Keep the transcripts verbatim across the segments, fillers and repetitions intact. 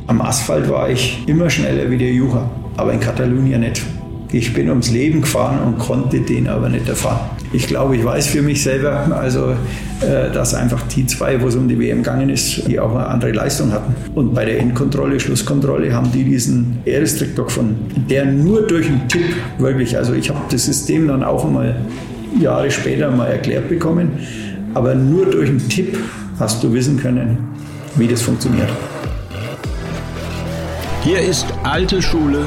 Am Asphalt war ich immer schneller wie der Jucher, aber in Katalonien nicht. Ich bin ums Leben gefahren und konnte den aber nicht erfahren. Ich glaube, ich weiß für mich selber, also, äh, dass einfach die zwei, wo es um die W M gegangen ist, die auch eine andere Leistung hatten. Und bei der Endkontrolle, Schlusskontrolle, haben die diesen Ehrestrick gefunden, der nur durch einen Tipp wirklich, also ich habe das System dann auch mal Jahre später mal erklärt bekommen, aber nur durch einen Tipp hast du wissen können, wie das funktioniert. Hier ist alte Schule,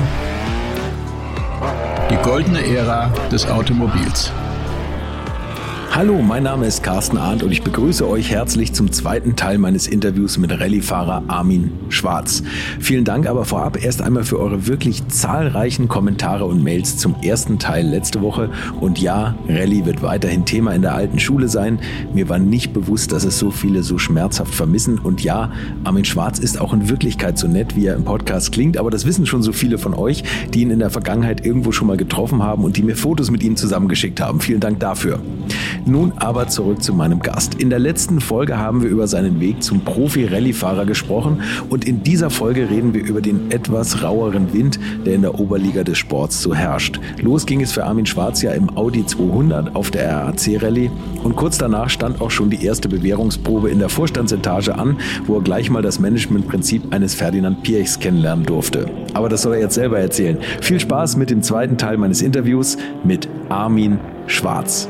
die goldene Ära des Automobils. Hallo, mein Name ist Carsten Arndt und ich begrüße euch herzlich zum zweiten Teil meines Interviews mit Rallye-Fahrer Armin Schwarz. Vielen Dank aber vorab erst einmal für eure wirklich zahlreichen Kommentare und Mails zum ersten Teil letzte Woche. Und ja, Rallye wird weiterhin Thema in der alten Schule sein. Mir war nicht bewusst, dass es so viele so schmerzhaft vermissen. Und ja, Armin Schwarz ist auch in Wirklichkeit so nett, wie er im Podcast klingt. Aber das wissen schon so viele von euch, die ihn in der Vergangenheit irgendwo schon mal getroffen haben und die mir Fotos mit ihm zusammengeschickt haben. Vielen Dank dafür. Nun aber zurück zu meinem Gast. In der letzten Folge haben wir über seinen Weg zum Profi-Rallye-Fahrer gesprochen und in dieser Folge reden wir über den etwas raueren Wind, der in der Oberliga des Sports so herrscht. Los ging es für Armin Schwarz ja im Audi zweihundert auf der R A C-Rallye und kurz danach stand auch schon die erste Bewährungsprobe in der Vorstandsetage an, wo er gleich mal das Managementprinzip eines Ferdinand Piëchs kennenlernen durfte. Aber das soll er jetzt selber erzählen. Viel Spaß mit dem zweiten Teil meines Interviews mit Armin Schwarz.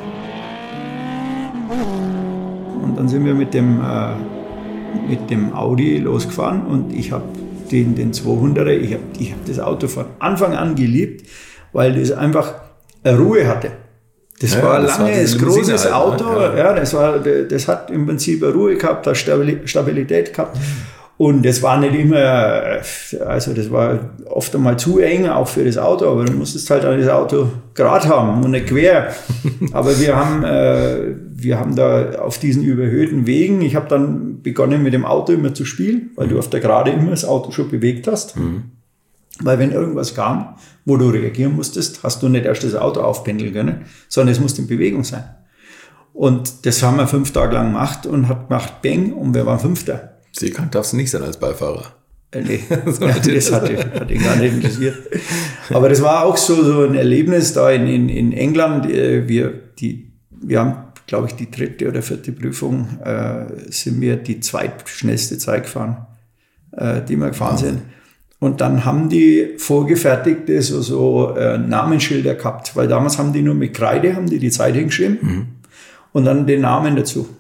Und dann sind wir mit dem, äh, mit dem Audi losgefahren und ich habe den, den zweihunderter, ich habe ich hab das Auto von Anfang an geliebt, weil das einfach eine Ruhe hatte. Das ja, war ein langes, großes halt, Auto, ja. Ja, das, war, das hat im Prinzip eine Ruhe gehabt, eine Stabilität gehabt. Und das war nicht immer, also das war oft einmal zu eng, auch für das Auto, aber du musstest halt das Auto gerade haben und nicht quer. Aber wir haben, äh, wir haben da auf diesen überhöhten Wegen, ich habe dann begonnen mit dem Auto immer zu spielen, weil du auf der Gerade immer das Auto schon bewegt hast. Mhm. Weil wenn irgendwas kam, wo du reagieren musstest, hast du nicht erst das Auto aufpendeln können, sondern es musste in Bewegung sein. Und das haben wir fünf Tage lang gemacht und hat gemacht Bang und wir waren Fünfter. Seekrank darfst du nicht sein als Beifahrer. Äh, nee, so ja, das hat ihn, hat ihn gar nicht interessiert. Aber das war auch so, so ein Erlebnis da in, in, in England. Wir, die, wir haben, glaube ich, die dritte oder vierte Prüfung, äh, sind wir die zweitschnellste Zeit gefahren, äh, die wir gefahren wow. sind. Und dann haben die vorgefertigte so, so äh, Namensschilder gehabt, weil damals haben die nur mit Kreide, haben die die Zeit hingeschrieben mhm. und dann den Namen dazu.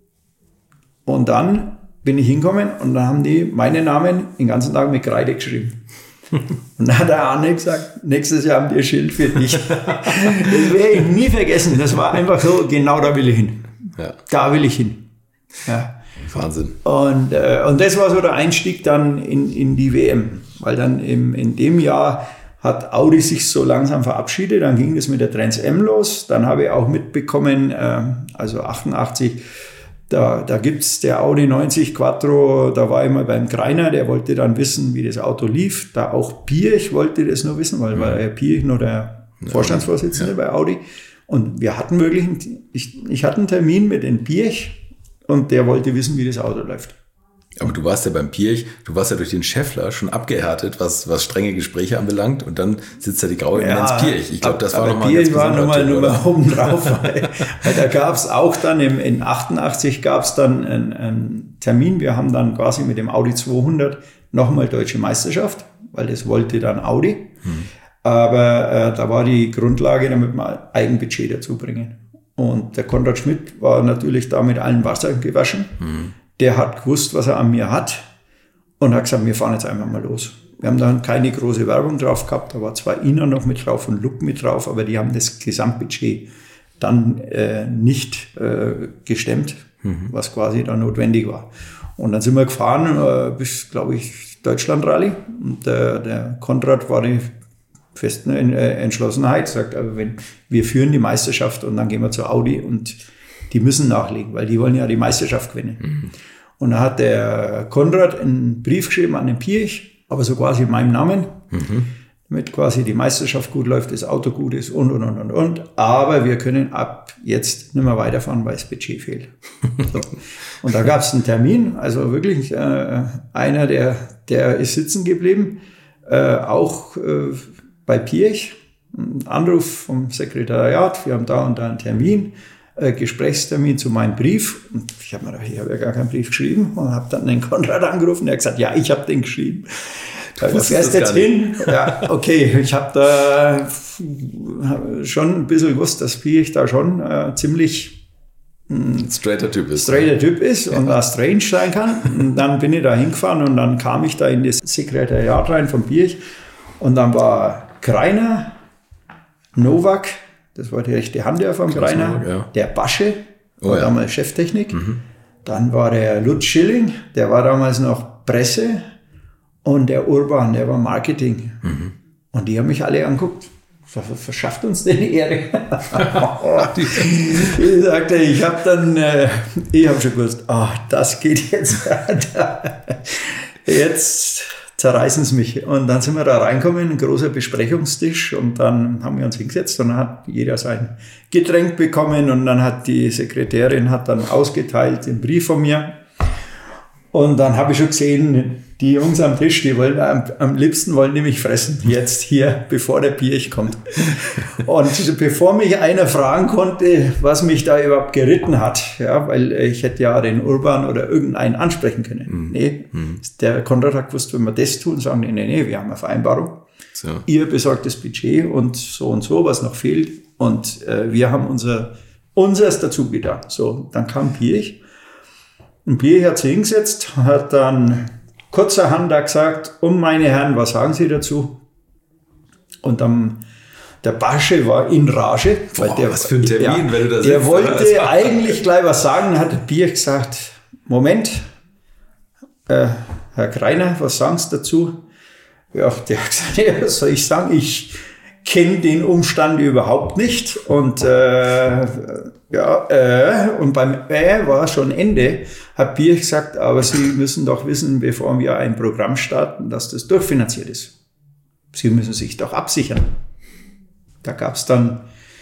Und dann bin ich hingekommen und dann haben die meinen Namen den ganzen Tag mit Kreide geschrieben. Und dann hat der Arne gesagt, nächstes Jahr haben die ein Schild für dich. Das werde ich nie vergessen. Das war einfach so, genau da will ich hin. Ja. Da will ich hin. Ja. Wahnsinn. Und, äh, und das war so der Einstieg dann in, in die W M. Weil dann im, in dem Jahr hat Audi sich so langsam verabschiedet. Dann ging das mit der Trans Am los. Dann habe ich auch mitbekommen, äh, also achtundachtzig, Da, da gibt's der Audi neunzig Quattro, da war ich mal beim Greiner, der wollte dann wissen, wie das Auto lief. Da auch Piëch wollte das nur wissen, weil war der Piëch nur der Vorstandsvorsitzende ja. bei Audi. Und wir hatten wirklich, einen, ich, ich hatte einen Termin mit dem Piëch und der wollte wissen, wie das Auto läuft. Aber du warst ja beim Piëch, du warst ja durch den Scheffler schon abgehärtet, was, was strenge Gespräche anbelangt, und dann sitzt da die graue Eminenz ja, Piëch. Ich glaube, das war nochmal ein ganz war nur mal, nur mal oben drauf, weil, weil da gab es auch dann, im, in achtundachtzig gab es dann einen, einen Termin, wir haben dann quasi mit dem Audi zweihundert nochmal Deutsche Meisterschaft, weil das wollte dann Audi, hm. aber äh, da war die Grundlage, damit wir Eigenbudget dazu bringen. Und der Konrad Schmidt war natürlich da mit allen Wassern gewaschen. Hm. Der hat gewusst, was er an mir hat und hat gesagt, wir fahren jetzt einfach mal los. Wir haben dann keine große Werbung drauf gehabt, da war zwar Ina noch mit drauf und Look mit drauf, aber die haben das Gesamtbudget dann äh, nicht äh, gestemmt, mhm. was quasi da notwendig war. Und dann sind wir gefahren äh, bis, glaube ich, Deutschland-Rallye, und der, der Konrad war die festen äh, Entschlossenheit, sagt, also wenn wir führen die Meisterschaft und dann gehen wir zu Audi und die müssen nachlegen, weil die wollen ja die Meisterschaft gewinnen. Mhm. Und da hat der Konrad einen Brief geschrieben an den Piëch, aber so quasi in meinem Namen. Mhm. damit quasi die Meisterschaft gut läuft, das Auto gut ist und, und, und, und, und. Aber wir können ab jetzt nicht mehr weiterfahren, weil das Budget fehlt. So. Und da gab es einen Termin, also wirklich äh, einer, der, der ist sitzen geblieben, äh, auch äh, bei Pirch, ein Anruf vom Sekretariat, wir haben da und da einen Termin, äh, Gesprächstermin zu meinem Brief. Und ich habe mir gedacht, ich habe ja gar keinen Brief geschrieben und habe dann den Konrad angerufen, der hat gesagt, ja, ich habe den geschrieben. Da fährst jetzt hin. Ja, okay, ich habe da schon ein bisschen gewusst, dass Pirch da schon äh, ziemlich ein straighter Typ ist. Straighter Typ ist und da strange sein kann. Und dann bin ich da hingefahren und dann kam ich da in das Sekretariat rein von Pirch und dann war Greiner, Novak, das war die rechte Hand von Greiner, ja. Der Basche, war oh, ja. damals Cheftechnik. Mhm. Dann war der Lutz Schilling, der war damals noch Presse. Und der Urban, der war Marketing. Mhm. Und die haben mich alle angeguckt. Verschafft uns denn die Ehre? Ich sagte, ich habe dann, äh, ich habe schon gewusst, oh, das geht jetzt. Jetzt zerreißen sie mich. Und dann sind wir da reingekommen, ein großer Besprechungstisch. Und dann haben wir uns hingesetzt und dann hat jeder sein Getränk bekommen. Und dann hat die Sekretärin hat dann ausgeteilt den Brief von mir. Und dann habe ich schon gesehen, die Jungs am Tisch, die wollen am, am liebsten wollen nämlich fressen, jetzt hier, bevor der Pirch kommt. Und bevor mich einer fragen konnte, was mich da überhaupt geritten hat, ja, weil ich hätte ja den Urban oder irgendeinen ansprechen können. Mhm. Nee, mhm. Der Konrad hat gewusst, wenn wir das tun, sagen die, nee, nee, wir haben eine Vereinbarung. So. Ihr besorgt das Budget und so und so, was noch fehlt. Und äh, wir haben unser unseres dazu getan. So, dann kam Pirch. Und Pirch hat sich hingesetzt, hat dann kurzerhand da gesagt, um meine Herren, was sagen Sie dazu? Und dann, der Basche war in Rage. Weil Boah, der, was für ein Termin, ja, wenn du da Der sitzt, wollte eigentlich gleich was sagen, dann hat der Pirch gesagt, Moment, äh, Herr Greiner, was sagen Sie dazu? Ja, der hat gesagt, ja, was soll ich sagen? Ich kenne den Umstand überhaupt nicht. Und äh, ja, äh, und beim äh war schon Ende, hat Pirch gesagt, aber Sie müssen doch wissen, bevor wir ein Programm starten, dass das durchfinanziert ist. Sie müssen sich doch absichern. Da gab es dann,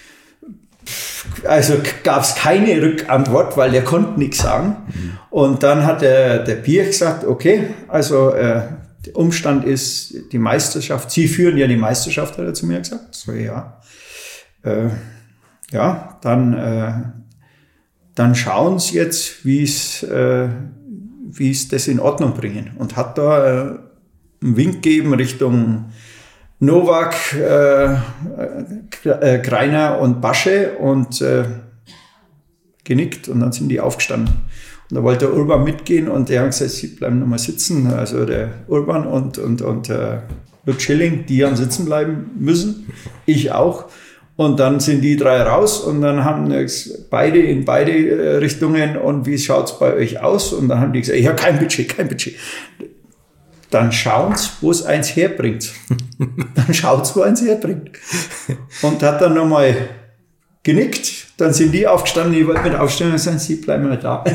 also gab es keine Rückantwort, weil der konnte nichts sagen. Mhm. Und dann hat der, der Pirch gesagt, okay, also äh, der Umstand ist die Meisterschaft. Sie führen ja die Meisterschaft, hat er zu mir gesagt. So, ja. Äh, ja, dann, äh, dann schauen Sie jetzt, wie es, äh, wie es das in Ordnung bringen. Und hat da äh, einen Wink gegeben Richtung Novak, äh, äh, Greiner und Basche und äh, genickt und dann sind die aufgestanden. Und da wollte der Urban mitgehen und der hat gesagt, Sie bleiben nochmal sitzen. Also der Urban und, und, und äh, Lutz Schilling, die haben sitzen bleiben müssen. Ich auch. Und dann sind die drei raus und dann haben beide in beide Richtungen und wie schaut's bei euch aus? Und dann haben die gesagt, ja, kein Budget, kein Budget. Dann schaut's, wo es eins herbringt. Dann schaut's, wo eins herbringt. Und hat dann nochmal genickt. Dann sind die aufgestanden, ich wollte mit aufstehen und sagen, Sie bleiben mal da.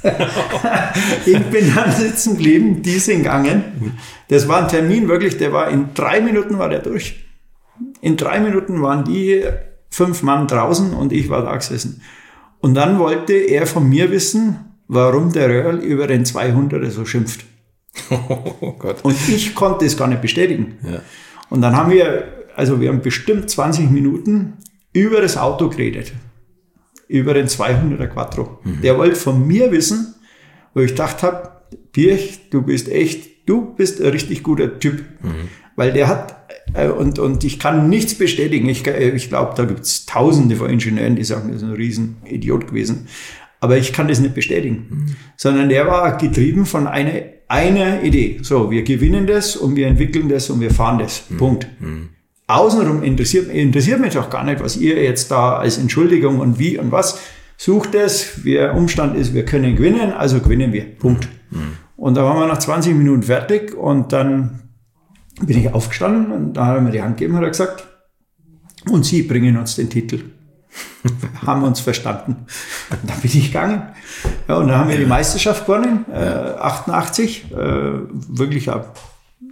Ich bin dann sitzen geblieben, die sind gegangen. Das war ein Termin wirklich, der war in drei Minuten war der durch. In drei Minuten waren die fünf Mann draußen und ich war da gesessen. Und dann wollte er von mir wissen, warum der Röhrl über den zweihunderter so schimpft. Oh Gott. Und ich konnte es gar nicht bestätigen. Ja. Und dann haben wir, also wir haben bestimmt zwanzig Minuten über das Auto geredet. Über den zweihunderter Quattro. Mhm. Der wollte von mir wissen, wo ich gedacht habe, Pirch, du bist echt, du bist ein richtig guter Typ. Mhm. Weil der hat, äh, und, und ich kann nichts bestätigen. Ich, ich glaube, da gibt es tausende von Ingenieuren, die sagen, das ist ein Riesenidiot gewesen. Aber ich kann das nicht bestätigen. Mhm. Sondern der war getrieben von einer, einer Idee. So, wir gewinnen das und wir entwickeln das und wir fahren das. Mhm. Punkt. Mhm. Außenrum interessiert, interessiert mich doch gar nicht, was ihr jetzt da als Entschuldigung und wie und was sucht es. Der Umstand ist, wir können gewinnen, also gewinnen wir. Punkt. Mhm. Und da waren wir nach zwanzig Minuten fertig und dann bin ich aufgestanden und da hat er mir die Hand gegeben und hat gesagt, und Sie bringen uns den Titel. Haben uns verstanden. Und dann bin ich gegangen. Ja, und dann haben wir die Meisterschaft gewonnen, äh, achtundachtzig. Äh, wirklich ein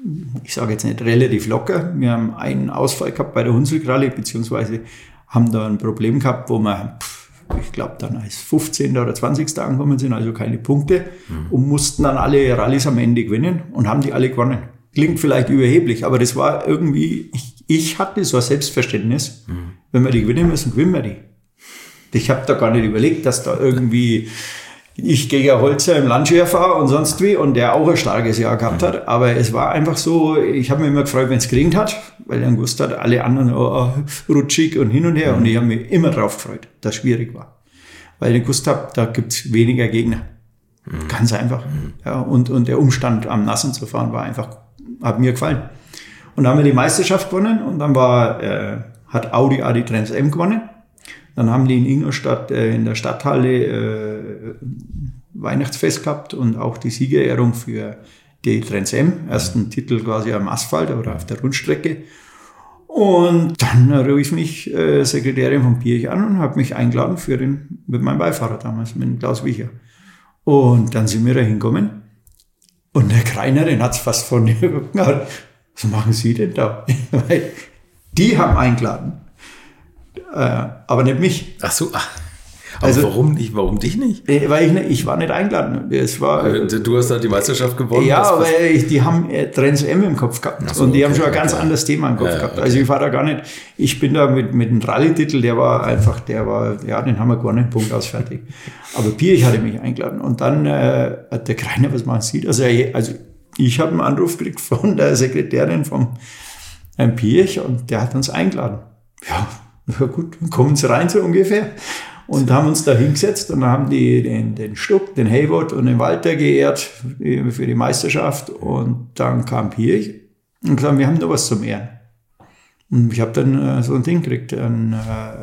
ich sage jetzt nicht relativ locker. Wir haben einen Ausfall gehabt bei der Hunsrück-Rallye, beziehungsweise haben da ein Problem gehabt, wo wir, ich glaube, dann als fünfzehnter oder zwanzigster angekommen sind, also keine Punkte, mhm. und mussten dann alle Rallyes am Ende gewinnen und haben die alle gewonnen. Klingt vielleicht überheblich, aber das war irgendwie, ich, ich hatte so ein Selbstverständnis, mhm. wenn wir die gewinnen müssen, gewinnen wir die. Ich habe da gar nicht überlegt, dass da irgendwie ich gegen Holzer im Landschwer fahre und sonst wie und der auch ein starkes Jahr gehabt hat. Aber es war einfach so, ich habe mich immer gefreut, wenn es geregnet hat, weil dann gewusst hat, alle anderen oh, rutschig und hin und her. Mhm. Und ich habe mich immer drauf gefreut, dass es schwierig war. Weil ich gewusst habe, da gibt es weniger Gegner. Mhm. Ganz einfach. Mhm. Ja, und, und der Umstand, am Nassen zu fahren, war einfach, hat mir gefallen. Und dann haben wir die Meisterschaft gewonnen und dann war, äh, hat Audi A D Trans M gewonnen. Dann haben die in Ingolstadt äh, in der Stadthalle äh, Weihnachtsfest gehabt und auch die Siegerehrung für die Trans M. Ersten Titel quasi am Asphalt oder auf der Rundstrecke. Und dann rief mich äh, Sekretärin von Piëch an und hat mich eingeladen für den, mit meinem Beifahrer damals, mit dem Klaus Wicher. Und dann sind wir da hingekommen. Und der Kreiner, den hat es fast von mir gehabt. Was machen Sie denn da? Weil die haben eingeladen. Äh, aber nicht mich. Ach so, ach. Aber Also, warum nicht? Warum dich nicht? Äh, Weil ich, nicht, ich war nicht eingeladen. Es war, Äh, Du hast da die Meisterschaft gewonnen. ja, das aber was- ich, die haben äh, Trans M im Kopf gehabt. Ach so, und die haben okay, schon ein ganz okay. anderes Thema im Kopf Ja, gehabt. okay. Also ich war da gar nicht, ich bin da mit, mit dem Rallye-Titel, der war einfach, der war, ja, den haben wir gewonnen, Punkt aus, fertig. Aber Piëch hatte mich eingeladen. Und dann äh, hat der Kreiner, was machen Sie? Also, er- also ich habe einen Anruf gekriegt von der Sekretärin vom Herrn Piëch und der hat uns eingeladen. Ja, ja gut, dann kommen Sie rein so ungefähr. Und haben uns da hingesetzt und dann haben die den, den Stuck, den Hayward und den Walter geehrt für die Meisterschaft. Und dann kam Piëch und gesagt, wir haben noch was zum Ehren. Und ich habe dann äh, so ein Ding gekriegt, einen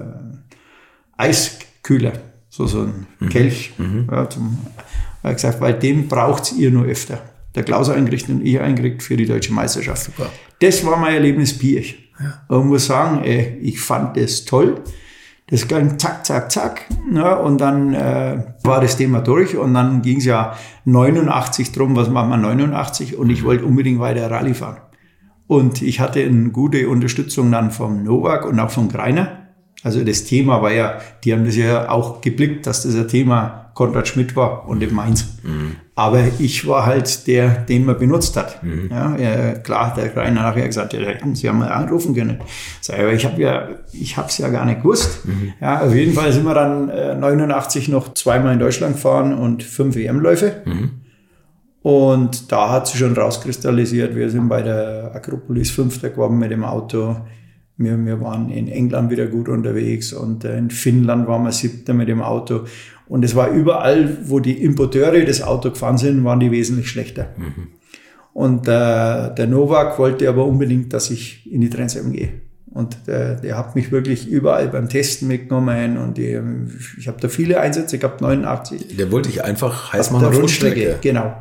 äh, Eiskühler, so, so ein mhm. Kelch. Mhm. Ja, zum, er hat gesagt, weil den braucht ihr nur öfter. Der Klaus eingerichtet und ich eingerichtet für die deutsche Meisterschaft. Super. Das war mein Erlebnis Piëch. Ja. Und ich muss sagen, ey, ich fand das toll. Das ging zack, zack, zack. Ja, und dann äh, war das Thema durch. Und dann ging es ja neunundachtzig drum, was machen wir neunundachtzig? Und ich wollte unbedingt weiter Rallye fahren. Und ich hatte eine gute Unterstützung dann vom Novak und auch vom Greiner. Also das Thema war ja, die haben das ja auch geblickt, dass das ein Thema Konrad Schmidt war und nicht meins. Mhm. Aber ich war halt der, den man benutzt hat. Mhm. Ja, ja, klar, der Greiner nachher gesagt, ja, Sie haben mal anrufen können. Sag ich, aber ich habe ja, ich habe es ja gar nicht gewusst. Mhm. Ja, auf jeden Fall sind wir dann äh, neunundachtzig noch zweimal in Deutschland gefahren und fünf E M-Läufe. Mhm. Und da hat sich schon rauskristallisiert, wir sind bei der Akropolis Fünfter geworden mit dem Auto. Wir, wir waren in England wieder gut unterwegs und in Finnland waren wir Siebter mit dem Auto. Und es war überall, wo die Importeure das Auto gefahren sind, waren die wesentlich schlechter. Mhm. Und äh, der Novak wollte aber unbedingt, dass ich in die Trans M gehe. Und der, der hat mich wirklich überall beim Testen mitgenommen und die, ich habe da viele Einsätze gehabt, neunundachtzig. Der wollte ich einfach heiß machen auf Rundstrecke. Genau.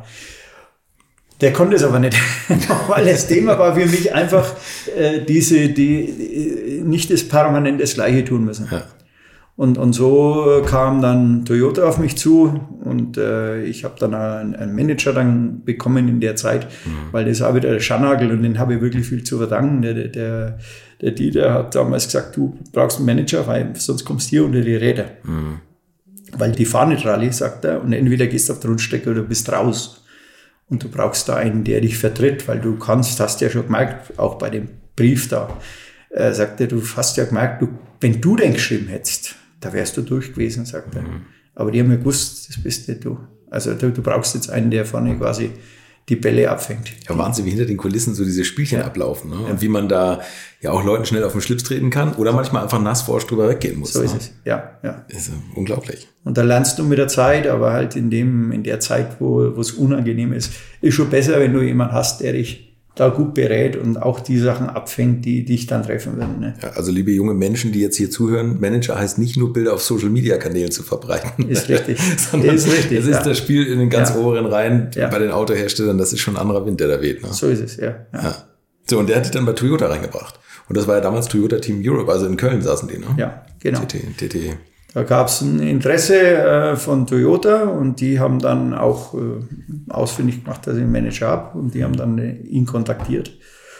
Der konnte es aber nicht, weil das Thema war für mich einfach äh, diese, die nicht das permanent das Gleiche tun müssen. Ja. Und, und so kam dann Toyota auf mich zu und äh, ich habe dann einen, einen Manager dann bekommen in der Zeit, mhm. weil das auch wieder der Scharnagel und den habe ich wirklich viel zu verdanken. Der, der, der Dieter hat damals gesagt, du brauchst einen Manager, weil sonst kommst du hier unter die Räder. Mhm. Weil die fahren nicht Rallye, sagt er, und entweder gehst du auf der Rundstrecke oder bist raus. Und du brauchst da einen, der dich vertritt, weil du kannst, hast ja schon gemerkt, auch bei dem Brief da, äh, sagt er, du hast ja gemerkt, du, wenn du den geschrieben hättest, da wärst du durch gewesen, sagt er. Mhm. Aber die haben ja gewusst, das bist nicht du. Also du, du brauchst jetzt einen, der vorne quasi die Bälle abfängt. Ja, Wahnsinn, wie hinter den Kulissen so diese Spielchen ja. ablaufen. Ne? Und ja. wie man da ja auch Leuten schnell auf den Schlips treten kann oder manchmal einfach nassforsch drüber weggehen muss. So ne? ist es, ja. ja. Das ist unglaublich. Und da lernst du mit der Zeit, aber halt in dem in der Zeit, wo wo es unangenehm ist, ist schon besser, wenn du jemanden hast, der dich da gut berät und auch die Sachen abfängt, die dich dann treffen werden. Ne? Ja, also liebe junge Menschen, die jetzt hier zuhören, Manager heißt nicht nur Bilder auf Social-Media-Kanälen zu verbreiten. Ist richtig. Sondern ist richtig. Das ist ja. das Spiel in den ganz ja. oberen Reihen ja. bei den Autoherstellern. Das ist schon ein anderer Wind, der da weht. Ne? So ist es, ja. ja. ja. So, und der hat dich dann bei Toyota reingebracht. Und das war ja damals Toyota Team Europe, also in Köln saßen die, ne? Ja, genau. T T, T T. Da gab es ein Interesse äh, von Toyota und die haben dann auch äh, ausfindig gemacht, dass ich einen Manager habe und die haben dann äh, ihn kontaktiert.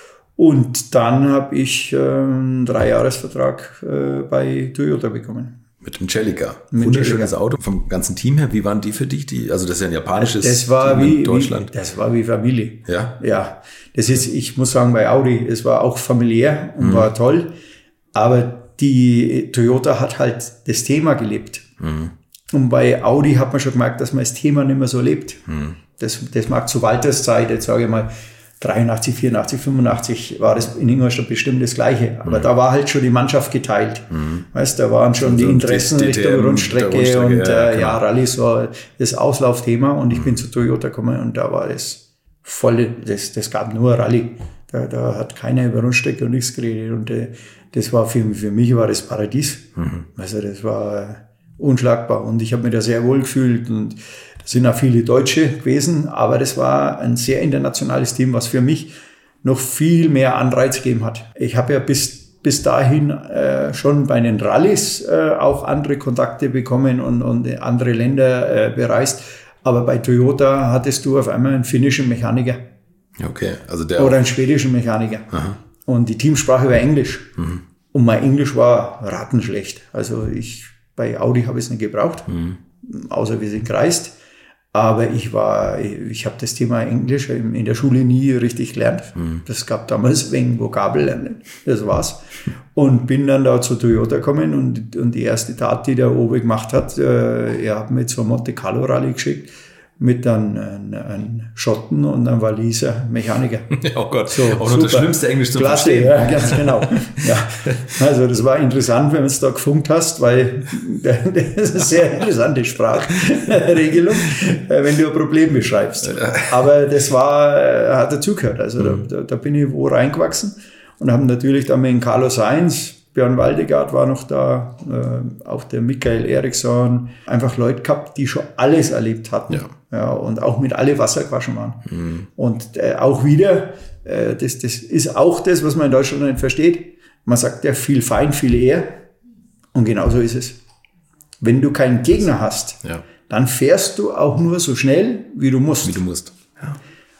Und dann habe ich äh, einen Dreijahresvertrag äh, bei Toyota bekommen. Mit dem Celica. Wunderschönes Auto vom ganzen Team her. Wie waren die für dich? Die, also das ist ja ein japanisches das war Team wie, in Deutschland. Wie, das war wie Familie. Ja? Ja. Das ist, ich muss sagen, bei Audi, es war auch familiär und mhm. war toll. Aber die Toyota hat halt das Thema gelebt. Mhm. Und bei Audi hat man schon gemerkt, dass man das Thema nicht mehr so lebt. Mhm. Das, das mag zu Walters Zeit, jetzt sage ich mal, dreiundachtzig, vierundachtzig, fünfundachtzig war das in Ingolstadt bestimmt das Gleiche. Aber mhm. da war halt schon die Mannschaft geteilt. Mhm. Weißt, da waren schon also die Interessen D- Richtung D T M, Rundstrecke, Rundstrecke und ja, äh, genau. ja, Rallye war das Auslaufthema. Und ich mhm. bin zu Toyota gekommen und da war das voll, das, das gab nur Rallye. Da, da hat keiner über Rundstrecke und nichts geredet. Und äh, das war für, für mich war das Paradies. Mhm. Also das war äh, unschlagbar. Und ich habe mich da sehr wohl gefühlt. Und da sind auch viele Deutsche gewesen. Aber das war ein sehr internationales Team, was für mich noch viel mehr Anreiz gegeben hat. Ich habe ja bis, bis dahin äh, schon bei den Rallyes äh, auch andere Kontakte bekommen und, und andere Länder äh, bereist. Aber bei Toyota hattest du auf einmal einen finnischen Mechaniker. Okay, also der oder einen schwedischen Mechaniker. Aha. Und die Teamsprache war Englisch. Mhm. Und mein Englisch war ratenschlecht. Also ich, bei Audi habe ich es nicht gebraucht, mhm. außer wir sind gereist. Aber ich war, ich habe das Thema Englisch in der Schule nie richtig gelernt. Mhm. Das gab damals wegen Vokabellernen. Das war's. Und bin dann da zu Toyota gekommen und, und die erste Tat, die der Owe gemacht hat, äh, er hat mir zur Monte Carlo Rallye geschickt mit dann einem, einem Schotten und einem Waliser Mechaniker. Oh Gott, so, auch nur das schlimmste Englisch zu Klasse, verstehen. Ja, ganz genau. Ja. Also das war interessant, wenn du es da gefunkt hast, weil das ist eine sehr interessante Sprachregelung, wenn du ein Problem beschreibst. Aber das war, hat dazugehört. Also mhm. da, da bin ich wo reingewachsen und haben natürlich dann mit Carlos Sainz, Björn Waldegard war noch da, äh, auch der Michael Eriksson, einfach Leute gehabt, die schon alles erlebt hatten. Ja. Ja, und auch mit alle Wasser gewaschen waren. Mhm. Und äh, auch wieder, äh, das, das ist auch das, was man in Deutschland nicht versteht. Man sagt ja viel fein, viel eher. Und genauso ist es. Wenn du keinen Gegner hast, ja. dann fährst du auch nur so schnell, wie du musst. Wie du musst. Ja.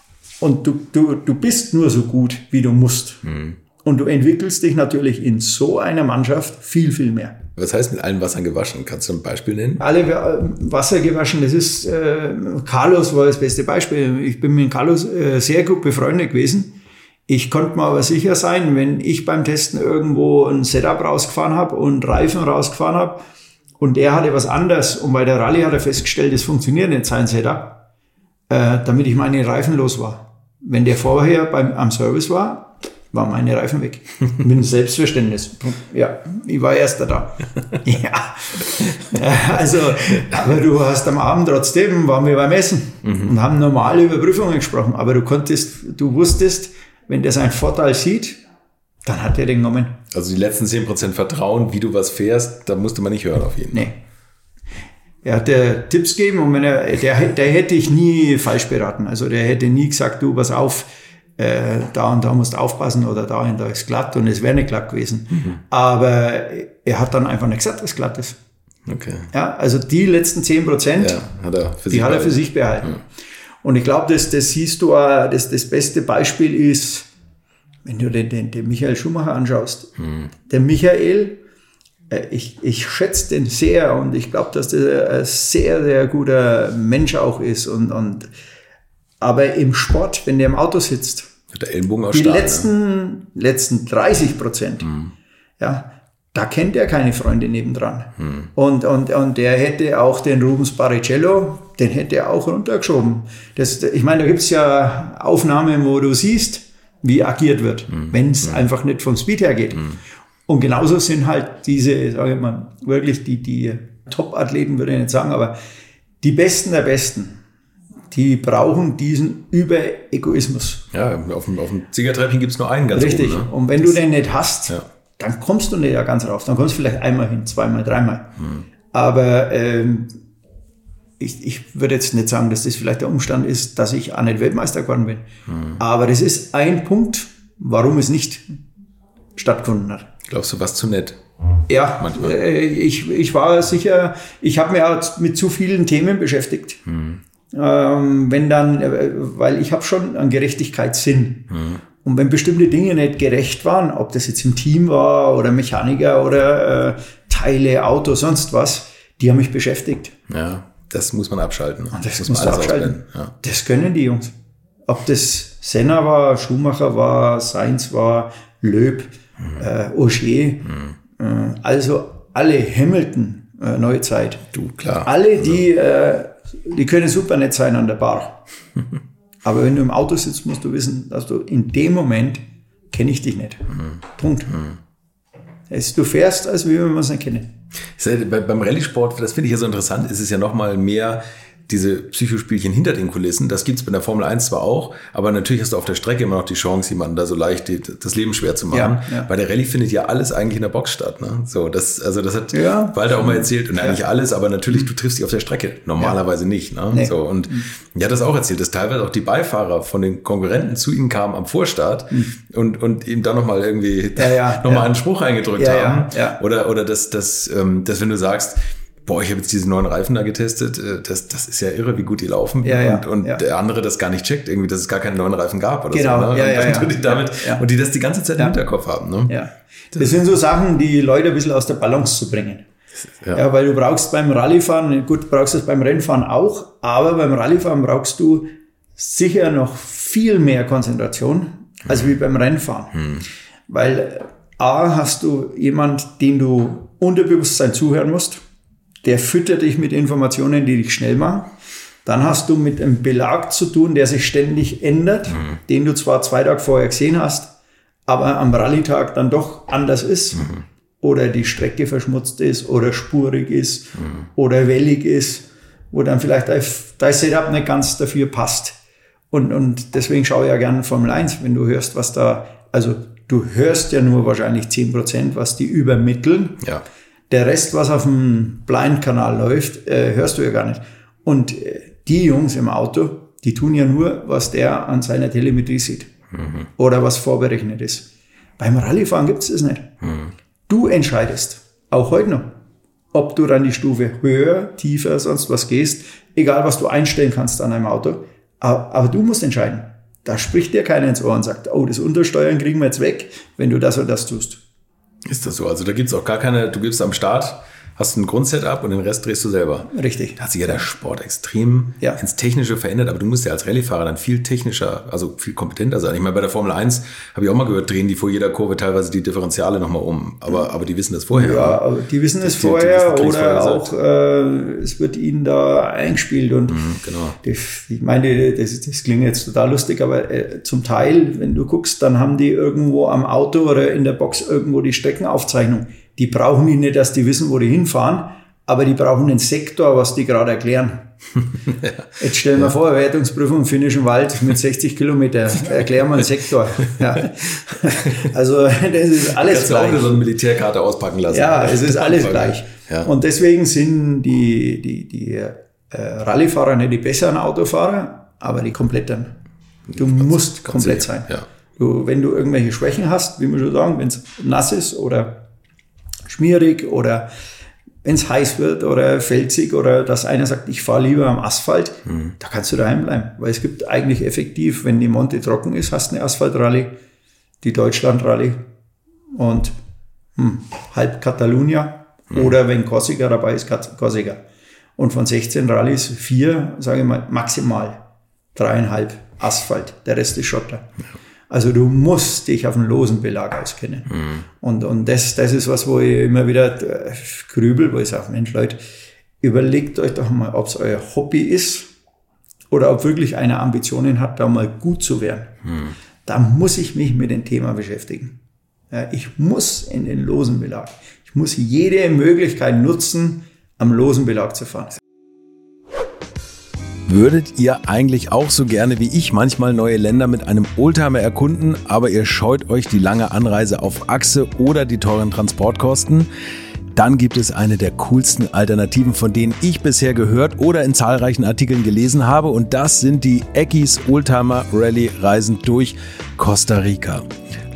Und du, du, du bist nur so gut, wie du musst. Mhm. Und du entwickelst dich natürlich in so einer Mannschaft viel, viel mehr. Was heißt mit allen Wassern gewaschen? Kannst du ein Beispiel nennen? Alle Wasser gewaschen, das ist, äh, Carlos war das beste Beispiel. Ich bin mit Carlos äh, sehr gut befreundet gewesen. Ich konnte mir aber sicher sein, wenn ich beim Testen irgendwo ein Setup rausgefahren habe und Reifen rausgefahren habe und er hatte was anderes und bei der Rallye hat er festgestellt, das funktioniert nicht, sein Setup, äh, damit ich meine Reifen los war. Wenn der vorher beim, am Service war, waren meine Reifen weg. Mit einem Selbstverständnis. Ja, ich war Erster da. Ja. Also, aber du hast am Abend trotzdem, waren wir beim Essen mhm. und haben normale Überprüfungen gesprochen. Aber du konntest, du wusstest, wenn der seinen Vorteil sieht, dann hat er den genommen. Also die letzten zehn Prozent Vertrauen, wie du was fährst, da musste man nicht hören auf jeden Fall. Nee. Er hat dir Tipps gegeben und wenn er, der, der hätte ich nie falsch beraten. Also der hätte nie gesagt, du, pass auf, Äh, da und da musst du aufpassen oder da und da ist glatt und es wäre nicht glatt gewesen. Mhm. Aber er hat dann einfach nicht gesagt, dass es glatt ist. Okay. Ja, also die letzten zehn Prozent, ja, hat er für die hat er für sich behalten. Ja. Und ich glaube, das, das siehst du auch, das, das beste Beispiel ist, wenn du den, den, den Michael Schumacher anschaust. Mhm. Der Michael, äh, ich, ich schätze den sehr und ich glaube, dass der ein sehr, sehr guter Mensch auch ist. Und, und, aber im Sport, wenn der im Auto sitzt, der Ellenbogen auch die stark, letzten, ne? letzten dreißig Prozent, mhm. ja, da kennt er keine Freunde nebendran. Mhm. Und, und, und der hätte auch den Rubens Barrichello, den hätte er auch runtergeschoben. Das, ich meine, da gibt's ja Aufnahmen, wo du siehst, wie agiert wird, mhm. wenn es mhm. einfach nicht vom Speed her geht. Mhm. Und genauso sind halt diese, sage ich mal, wirklich die, die Top-Athleten, würde ich nicht sagen, aber die Besten der Besten, die brauchen diesen Überegoismus. Ja, auf dem, auf dem Siegertreppchen gibt es nur einen ganz Richtig. oben, ne? Und wenn das, du den nicht hast, ja. dann kommst du nicht ja ganz rauf. Dann kommst du vielleicht einmal hin, zweimal, dreimal. Hm. Aber ähm, ich, ich würde jetzt nicht sagen, dass das vielleicht der Umstand ist, dass ich auch nicht Weltmeister geworden bin. Hm. Aber das ist ein Punkt, warum es nicht stattgefunden hat. Glaubst du, was zu nett? Ja, manchmal. Ich, ich war sicher, ich habe mich auch mit zu vielen Themen beschäftigt. Hm. Ähm, wenn dann, weil ich habe schon einen Gerechtigkeitssinn. Hm. Und wenn bestimmte Dinge nicht gerecht waren, ob das jetzt im Team war oder Mechaniker oder äh, Teile, Auto, sonst was, die haben mich beschäftigt. Ja, das muss man abschalten. Und das muss man alles abschalten. Ja. Das können die Jungs. Ob das Senna war, Schumacher war, Sainz war, Loeb, hm. äh, Ogier, hm. Also alle, Hamilton, äh, neue Zeit. Du, klar. Alle, die, äh, die können super nett sein an der Bar. Aber wenn du im Auto sitzt, musst du wissen, dass du in dem Moment kenne ich dich nicht. Mhm. Punkt. Mhm. Es, du fährst, als wie wenn man es nicht kennt. Beim Rallye-Sport, das finde ich ja so interessant, ist es ja nochmal mehr diese Psychospielchen hinter den Kulissen, das gibt's bei der Formel eins zwar auch, aber natürlich hast du auf der Strecke immer noch die Chance, jemanden da so leicht die, das Leben schwer zu machen. Ja, ja. Bei der Rallye findet ja alles eigentlich in der Box statt. Ne? So, das, also das hat ja. Walter auch mal erzählt und ja. eigentlich alles, aber natürlich, du triffst dich auf der Strecke. Normalerweise ja. nicht. Ne? Nee. So, und mhm. er hat das auch erzählt, dass teilweise auch die Beifahrer von den Konkurrenten zu ihm kamen am Vorstart mhm. und, und ihm dann nochmal irgendwie ja, ja, nochmal ja. einen Spruch reingedrückt ja, haben. Ja, ja. Oder, oder dass, dass, ähm, dass wenn du sagst, boah, ich habe jetzt diese neuen Reifen da getestet, das, das ist ja irre, wie gut die laufen. Ja, ja, und und ja. der andere das gar nicht checkt, irgendwie, dass es gar keine neuen Reifen gab oder genau, so. Ne? Ja, und, ja, ja, und, die damit, ja. und die das die ganze Zeit ja. im Hinterkopf haben. Ne? Ja. Das, das sind so Sachen, die Leute ein bisschen aus der Balance zu bringen. Ja. ja, weil du brauchst beim Rallyefahren, gut, brauchst du es beim Rennfahren auch, aber beim Rallyefahren brauchst du sicher noch viel mehr Konzentration als hm. wie beim Rennfahren. Hm. Weil A, hast du jemand, dem du Unterbewusstsein zuhören musst, der füttert dich mit Informationen, die dich schnell machen. Dann hast du mit einem Belag zu tun, der sich ständig ändert, mhm. den du zwar zwei Tage vorher gesehen hast, aber am Rallyetag dann doch anders ist. Mhm. Oder die Strecke verschmutzt ist oder spurig ist mhm. oder wellig ist, wo dann vielleicht dein Setup nicht ganz dafür passt. Und, und deswegen schaue ich ja gerne Formel eins, wenn du hörst, was da, also du hörst ja nur wahrscheinlich zehn Prozent, was die übermitteln. Ja. Der Rest, was auf dem Blind-Kanal läuft, äh, hörst du ja gar nicht. Und äh, die Jungs im Auto, die tun ja nur, was der an seiner Telemetrie sieht. Mhm. Oder was vorberechnet ist. Beim Rallyefahren gibt es das nicht. Mhm. Du entscheidest, auch heute noch, ob du dann die Stufe höher, tiefer, sonst was gehst, egal was du einstellen kannst an einem Auto. Aber, aber du musst entscheiden. Da spricht dir keiner ins Ohr und sagt, oh, das Untersteuern kriegen wir jetzt weg, wenn du das und das tust. Ist das so? Also da gibt's auch gar keine, du gibst am Start, hast ein Grundsetup und den Rest drehst du selber. Richtig. Da hat sich ja der Sport extrem ja. ins Technische verändert, aber du musst ja als Rallyefahrer dann viel technischer, also viel kompetenter sein. Ich meine, bei der Formel eins habe ich auch mal gehört, drehen die vor jeder Kurve teilweise die Differentiale nochmal um. Aber, aber die wissen das vorher. Ja, aber die wissen es vorher die, die oder vorher auch äh, es wird ihnen da eingespielt. Und mhm, genau. die, ich meine, das, das klingt jetzt total lustig, aber äh, zum Teil, wenn du guckst, dann haben die irgendwo am Auto oder in der Box irgendwo die Streckenaufzeichnung. Die brauchen die nicht, dass die wissen, wo die hinfahren, aber die brauchen einen Sektor, was die gerade erklären. ja. Jetzt stellen wir ja. vor, Wertungsprüfung im Finnischen Wald mit sechzig Kilometer. Erklären wir einen Sektor. Ja. Also das ist alles Kannst gleich. Du auch so eine Militärkarte auspacken lassen. Ja, es ist alles gleich. Ja. Und deswegen sind die, die, die äh, Rallyefahrer nicht die besseren Autofahrer, aber die kompletteren. Du ganz, musst ganz komplett sicher. sein. Ja. Du, wenn du irgendwelche Schwächen hast, wie wir schon sagen, wenn es nass ist oder schmierig oder wenn es heiß wird oder felsig oder dass einer sagt, ich fahre lieber am Asphalt, mhm. da kannst du daheim bleiben. Weil es gibt eigentlich effektiv, wenn die Monte trocken ist, hast du eine Asphaltrallye, die Deutschland-Rallye und hm, halb Catalunya mhm. oder wenn Korsika dabei ist, Korsika. Und von sechzehn Rallyes vier, sage ich mal, maximal dreieinhalb Asphalt. Der Rest ist Schotter. Ja. Also du musst dich auf einen losen Belag auskennen. Mhm. Und, und das, das ist was, wo ich immer wieder äh, grübel, wo ich sage, Mensch Leute, überlegt euch doch mal, ob es euer Hobby ist oder ob wirklich einer Ambitionen hat, da mal gut zu werden. Mhm. Da muss ich mich mit dem Thema beschäftigen. Ja, ich muss in den losen Belag. Ich muss jede Möglichkeit nutzen, am losen Belag zu fahren. Würdet ihr eigentlich auch so gerne wie ich manchmal neue Länder mit einem Oldtimer erkunden, aber ihr scheut euch die lange Anreise auf Achse oder die teuren Transportkosten? Dann gibt es eine der coolsten Alternativen, von denen ich bisher gehört oder in zahlreichen Artikeln gelesen habe, und das sind die Eckis Oldtimer Rallye Reisen durch Costa Rica.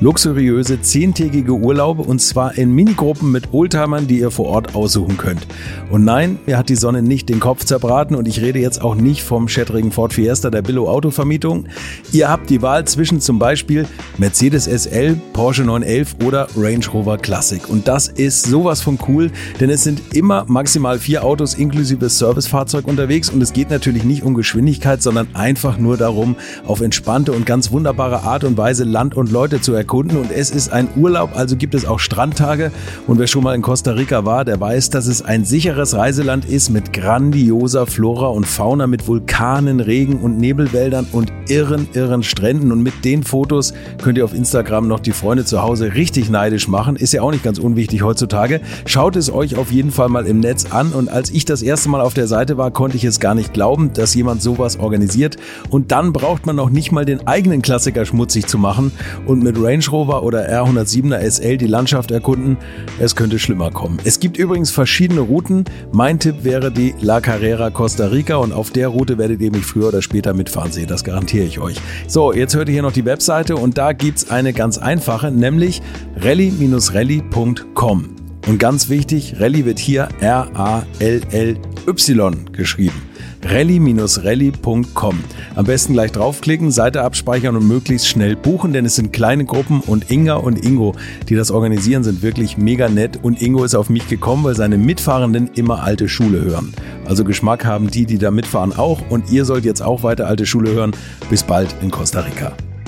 Luxuriöse zehntägige Urlaube und zwar in Minigruppen mit Oldtimern, die ihr vor Ort aussuchen könnt. Und nein, mir hat die Sonne nicht den Kopf zerbraten und ich rede jetzt auch nicht vom schättrigen Ford Fiesta der Billo Autovermietung. Ihr habt die Wahl zwischen zum Beispiel Mercedes S L, Porsche neun elf oder Range Rover Classic. Und das ist sowas von cool, denn es sind immer maximal vier Autos inklusive Servicefahrzeug unterwegs und es geht natürlich nicht um Geschwindigkeit, sondern einfach nur darum, auf entspannte und ganz wunderbare Art und Weise Land und Leute zu erkunden. Und es ist ein Urlaub, also gibt es auch Strandtage. Und wer schon mal in Costa Rica war, der weiß, dass es ein sicheres Reiseland ist mit grandioser Flora und Fauna, mit Vulkanen, Regen- und Nebelwäldern und irren, irren Stränden. Und mit den Fotos könnt ihr auf Instagram noch die Freunde zu Hause richtig neidisch machen. Ist ja auch nicht ganz unwichtig heutzutage. Schaut es euch auf jeden Fall mal im Netz an. Und als ich das erste Mal auf der Seite war, konnte ich es gar nicht glauben, dass jemand sowas organisiert. Und dann braucht man noch nicht mal den eigenen Klassiker schmutzig zu machen und mit Range Rover oder R hundertsiebener S L die Landschaft erkunden. Es könnte schlimmer kommen. Es gibt übrigens verschiedene Routen. Mein Tipp wäre die La Carrera Costa Rica und auf der Route werdet ihr mich früher oder später mitfahren sehen. Das garantiere ich euch. So, jetzt hört ihr hier noch die Webseite und da gibt's eine ganz einfache, nämlich rally Bindestrich rally Punkt com. Und ganz wichtig, Rally wird hier R A L L Y geschrieben. rally Bindestrich rally Punkt com. Am besten gleich draufklicken, Seite abspeichern und möglichst schnell buchen, denn es sind kleine Gruppen und Inga und Ingo, die das organisieren, sind wirklich mega nett und Ingo ist auf mich gekommen, weil seine Mitfahrenden immer alte Schule hören. Also Geschmack haben die, die da mitfahren auch und ihr sollt jetzt auch weiter alte Schule hören. Bis bald in Costa Rica.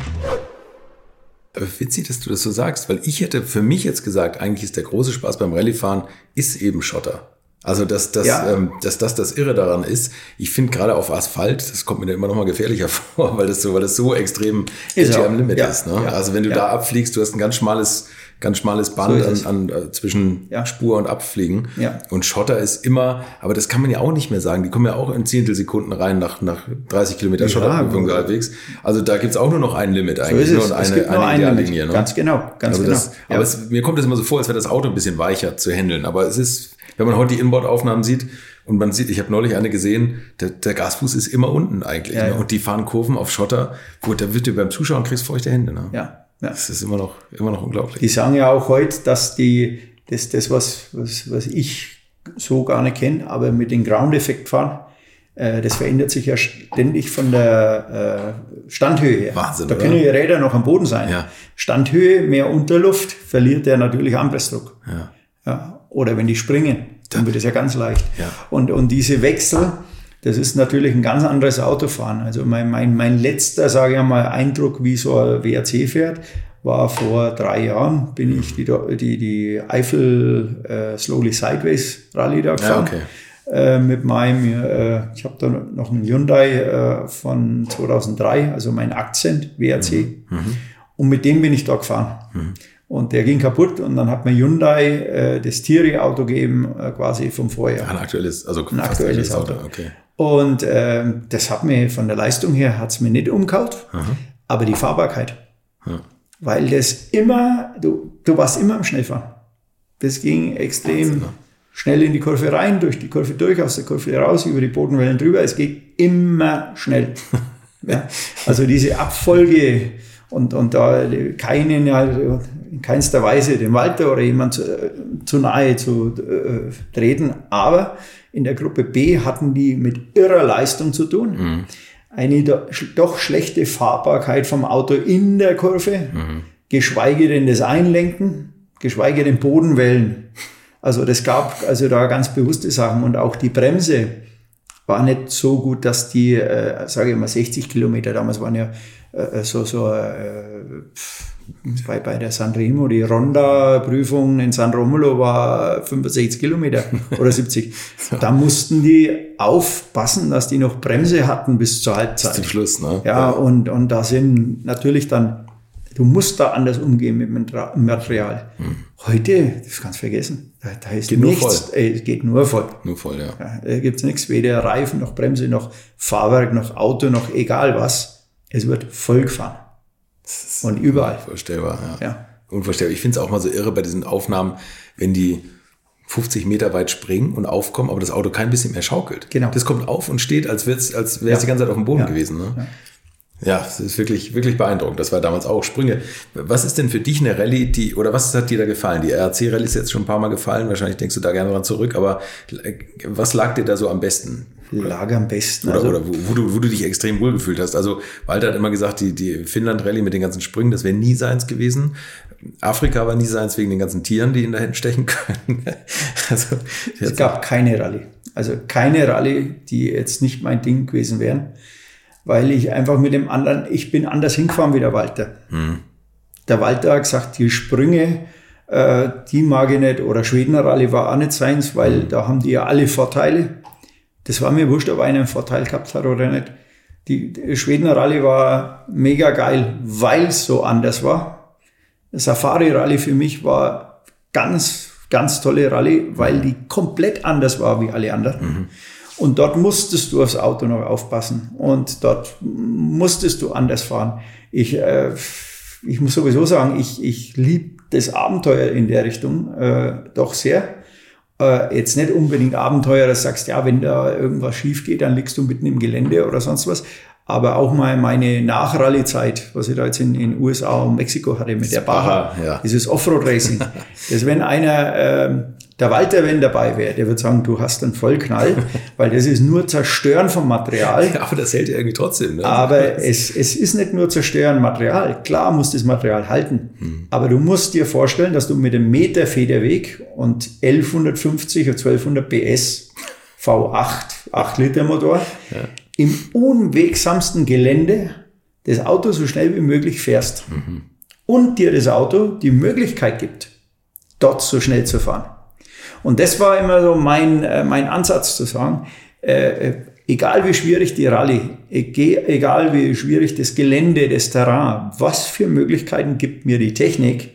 Aber witzig, dass du das so sagst, weil ich hätte für mich jetzt gesagt, eigentlich ist der große Spaß beim Rallyefahren ist eben Schotter. Also, dass, dass, ja. ähm, dass das das Irre daran ist. Ich finde gerade auf Asphalt, das kommt mir dann immer noch mal gefährlicher vor, weil das so, weil das so extrem edgy am Limit ja. ist. Ne? Ja. Also, wenn du ja. da abfliegst, du hast ein ganz schmales, ganz schmales Band so an, an, äh, zwischen ja. Spur und Abfliegen. Ja. Und Schotter ist immer, aber das kann man ja auch nicht mehr sagen. Die kommen ja auch in Zehntelsekunden rein nach, nach dreißig Kilometer ja, Schotterprüfung halbwegs. Also, da gibt's auch nur noch ein Limit eigentlich. So nur und eine, eine, eine Ideallinie. Ne? Ganz genau, ganz also genau. Das, ja. Aber es, mir kommt es immer so vor, als wäre das Auto ein bisschen weicher zu handeln. Aber es ist, wenn man heute die Inboard-Aufnahmen sieht und man sieht, ich habe neulich eine gesehen, der, der Gasfuß ist immer unten eigentlich. Ja, ne? Ja. Und die fahren Kurven auf Schotter, wo da wird dir beim Zuschauen kriegst feuchte Hände. Ne? Ja, ja. Das ist immer noch, immer noch unglaublich. Die sagen ja auch heute, dass die, das, das was, was, was ich so gar nicht kenne, aber mit dem Ground-Effekt fahren, äh, das verändert sich ja ständig von der äh, Standhöhe her. Wahnsinn, da oder? Können die Räder noch am Boden sein. Ja. Standhöhe, mehr Unterluft, verliert der natürlich Anpressdruck. Ja. Ja. Oder wenn die springen, dann wird es ja ganz leicht. Ja. Und, und diese Wechsel, das ist natürlich ein ganz anderes Autofahren. Also mein, mein, mein letzter, sage ich mal, Eindruck, wie so ein W R C fährt, war vor drei Jahren, bin ich die, die, die Eifel äh, Slowly Sideways Rallye da gefahren. Ja, okay. Äh, mit meinem, äh, ich habe da noch einen Hyundai äh, von zweitausenddrei, also mein Akzent W R C. Mhm. Mhm. Und mit dem bin ich da gefahren. Mhm. Und der ging kaputt und dann hat mir Hyundai äh, das Thierry-Auto gegeben, äh, quasi vom Vorjahr. Ein aktuelles, also ein aktuelles Auto. Auto. Okay. Und äh, das hat mir von der Leistung her hat's mir nicht umgehauen, aber die Fahrbarkeit. Ja. Weil das immer, du, du warst immer am Schnellfahren. Das ging extrem Wahnsinn, ne? Schnell in die Kurve rein, durch die Kurve durch, aus der Kurve raus, über die Bodenwellen drüber. Es geht immer schnell. Ja? Also diese Abfolge und, und da keinen, ja, in keinster Weise den Walter oder jemand zu, zu nahe zu äh, treten. Aber in der Gruppe B hatten die mit irrer Leistung zu tun. Mhm. Eine do, doch schlechte Fahrbarkeit vom Auto in der Kurve, mhm. geschweige denn das Einlenken, geschweige denn Bodenwellen. Also das gab also da ganz bewusste Sachen. Und auch die Bremse war nicht so gut, dass die, äh, sage ich mal, sechzig Kilometer, damals waren ja äh, so, so äh, bei, bei der Sanremo, die Ronda-Prüfung in San Romolo war fünfundsechzig Kilometer oder siebzig. Da mussten die aufpassen, dass die noch Bremse hatten bis zur Halbzeit. Bis zum Schluss, ne? Ja, ja. Und, und da sind natürlich dann, du musst da anders umgehen mit dem Material. Hm. Heute, das kannst du vergessen. Da, da ist geht nichts, äh, es geht nur voll. Nur voll, ja. ja da gibt's nichts, weder Reifen noch Bremse noch Fahrwerk noch Auto noch egal was. Es wird voll gefahren. Und überall. Unvorstellbar, ja. ja. Unvorstellbar. Ich finde es auch mal so irre bei diesen Aufnahmen, wenn die fünfzig Meter weit springen und aufkommen, aber das Auto kein bisschen mehr schaukelt. Genau. Das kommt auf und steht, als, als wäre es ja. die ganze Zeit auf dem Boden ja. gewesen. Ne? Ja. Ja, das ist wirklich, wirklich beeindruckend. Das war damals auch Sprünge. Was ist denn für dich eine Rallye, die, oder was hat dir da gefallen? Die R A C-Rallye ist jetzt schon ein paar Mal gefallen. Wahrscheinlich denkst du da gerne dran zurück. Aber was lag dir da so am besten? Lag am besten. Oder, also, oder wo, wo, du, wo du dich extrem wohl gefühlt hast. Also Walter hat immer gesagt, die, die Finnland-Rallye mit den ganzen Sprüngen, das wäre nie seins gewesen. Afrika war nie seins wegen den ganzen Tieren, die ihn da hinten stechen können. Also, es gab keine Rallye. Also keine Rallye, die jetzt nicht mein Ding gewesen wären. Weil ich einfach mit dem anderen, ich bin anders hingefahren wie der Walter. Mhm. Der Walter hat gesagt, die Sprünge, äh, die mag ich nicht. Oder Schwedener Rallye war auch nicht seins, weil mhm. da haben die ja alle Vorteile. Das war mir wurscht, ob einer einen Vorteil gehabt hat oder nicht. Die, die Schwedener Rallye war mega geil, weil es so anders war. Safari Rallye für mich war ganz, ganz tolle Rallye, weil die komplett anders war wie alle anderen. Mhm. Und dort musstest du aufs Auto noch aufpassen. Und dort musstest du anders fahren. Ich, äh, ich muss sowieso sagen, ich, ich liebe das Abenteuer in der Richtung äh, doch sehr. Äh, jetzt nicht unbedingt Abenteuer, dass du sagst, ja, wenn da irgendwas schief geht, dann liegst du mitten im Gelände oder sonst was. Aber auch mal meine Nach-Rallye-Zeit, was ich da jetzt in den U S A und Mexiko hatte mit der Baja, ja. Dieses Offroad-Racing. Das, wenn einer, äh, der Walter, wenn dabei wäre, der würde sagen, du hast einen Vollknall, weil das ist nur Zerstören vom Material. Ja, aber das hält ja irgendwie trotzdem. Ne? Aber es, es ist nicht nur Zerstören Material. Klar muss das Material halten. Hm. Aber du musst dir vorstellen, dass du mit einem Meter Federweg und elfhundertfünfzig oder zwölfhundert P S V acht, acht Liter Motor, ja. im unwegsamsten Gelände das Auto so schnell wie möglich fährst. Mhm. Und dir das Auto die Möglichkeit gibt, dort so schnell zu fahren. Und das war immer so mein, äh, mein Ansatz zu sagen, äh, egal wie schwierig die Rallye, egal wie schwierig das Gelände, das Terrain, was für Möglichkeiten gibt mir die Technik,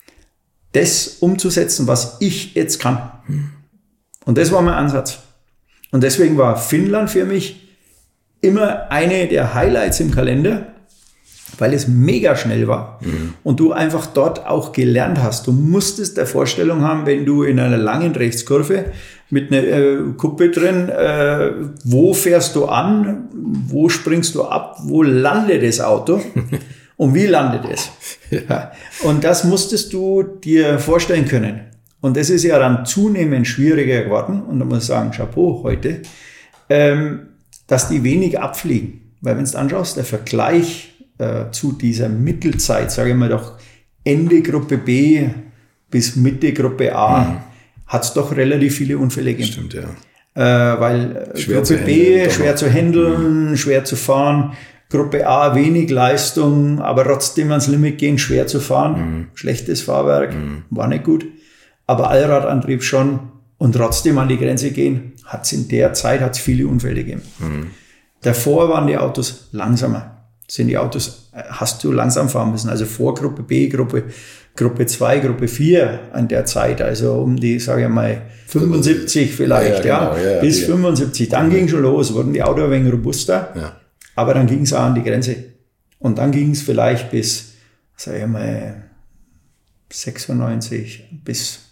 das umzusetzen, was ich jetzt kann. Mhm. Und das war mein Ansatz. Und deswegen war Finnland für mich immer eine der Highlights im Kalender, weil es mega schnell war mhm. und du einfach dort auch gelernt hast. Du musstest der Vorstellung haben, wenn du in einer langen Rechtskurve mit einer äh, Kuppe drin, äh, wo fährst du an, wo springst du ab, wo landet das Auto und wie landet es. Ja. Und das musstest du dir vorstellen können. Und das ist ja dann zunehmend schwieriger geworden. Und da muss ich sagen, Chapeau heute, ähm, dass die wenig abfliegen. Weil wenn du es anschaust, der Vergleich äh, zu dieser Mittelzeit, sage ich mal doch Ende Gruppe B bis Mitte Gruppe A, mhm. hat es doch relativ viele Unfälle gegeben. Stimmt, ja. Äh, weil schwer Gruppe B schwer zu handeln, mhm. schwer zu fahren. Gruppe A wenig Leistung, aber trotzdem ans Limit gehen, schwer zu fahren. Mhm. Schlechtes Fahrwerk, mhm. war nicht gut. Aber Allradantrieb schon und trotzdem an die Grenze gehen, hat es in der Zeit hat's viele Unfälle gegeben. Mhm. Davor waren die Autos langsamer. Sind die Autos, hast du langsam fahren müssen. Also vor Gruppe B, Gruppe, Gruppe zwei, Gruppe vier an der Zeit. Also um die, sage ich mal, fünfundsiebzig vielleicht, ja, genau, ja, ja, bis ja. fünfundsiebzig. Dann mhm. ging schon los, wurden die Autos ein wenig robuster. Ja. Aber dann ging es auch an die Grenze. Und dann ging es vielleicht bis, sage ich mal, sechsundneunzig bis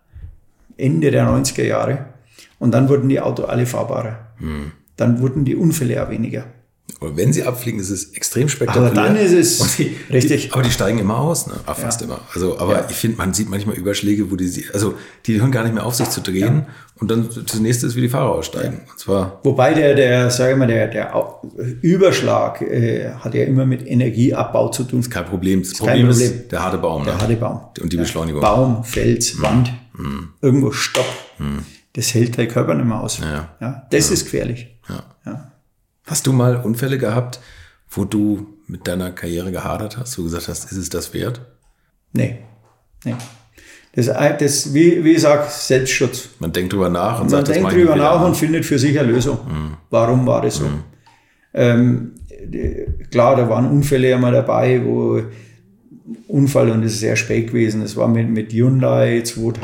Ende der neunziger Jahre. Und dann wurden die Autos alle fahrbarer. Hm. Dann wurden die Unfälle auch weniger. Und wenn sie abfliegen, ist es extrem spektakulär. Aber dann ist es die, richtig. Die, aber die steigen immer aus, ne? Ach, fast ja. immer. Also, aber ja. ich finde, man sieht manchmal Überschläge, wo die, also, die hören gar nicht mehr auf, sich zu drehen. Ja. Und dann das nächste ist, wie die Fahrer aussteigen. Ja. Und zwar Wobei der, der, sage ich mal, der, der Überschlag äh, hat ja immer mit Energieabbau zu tun. Das ist kein Problem. Das Problem, Problem ist der harte Baum. Der ne? harte Baum. Und die Beschleunigung. Baum, Fels, Wand, hm. irgendwo Stopp. Hm. Das hält der Körper nicht mehr aus. Ja. Ja, das ja. ist gefährlich. Ja. Ja. Hast du mal Unfälle gehabt, wo du mit deiner Karriere gehadert hast, wo du gesagt hast, ist es das wert? Nee. Nee. Das, das wie, wie ich sage, Selbstschutz. Man denkt drüber nach und Man sagt, denkt das drüber nach und findet für sich eine Lösung. Mhm. Warum war das so? Mhm. Ähm, klar, da waren Unfälle ja mal dabei, wo Unfall, und das ist sehr spät gewesen. Das war mit, mit Hyundai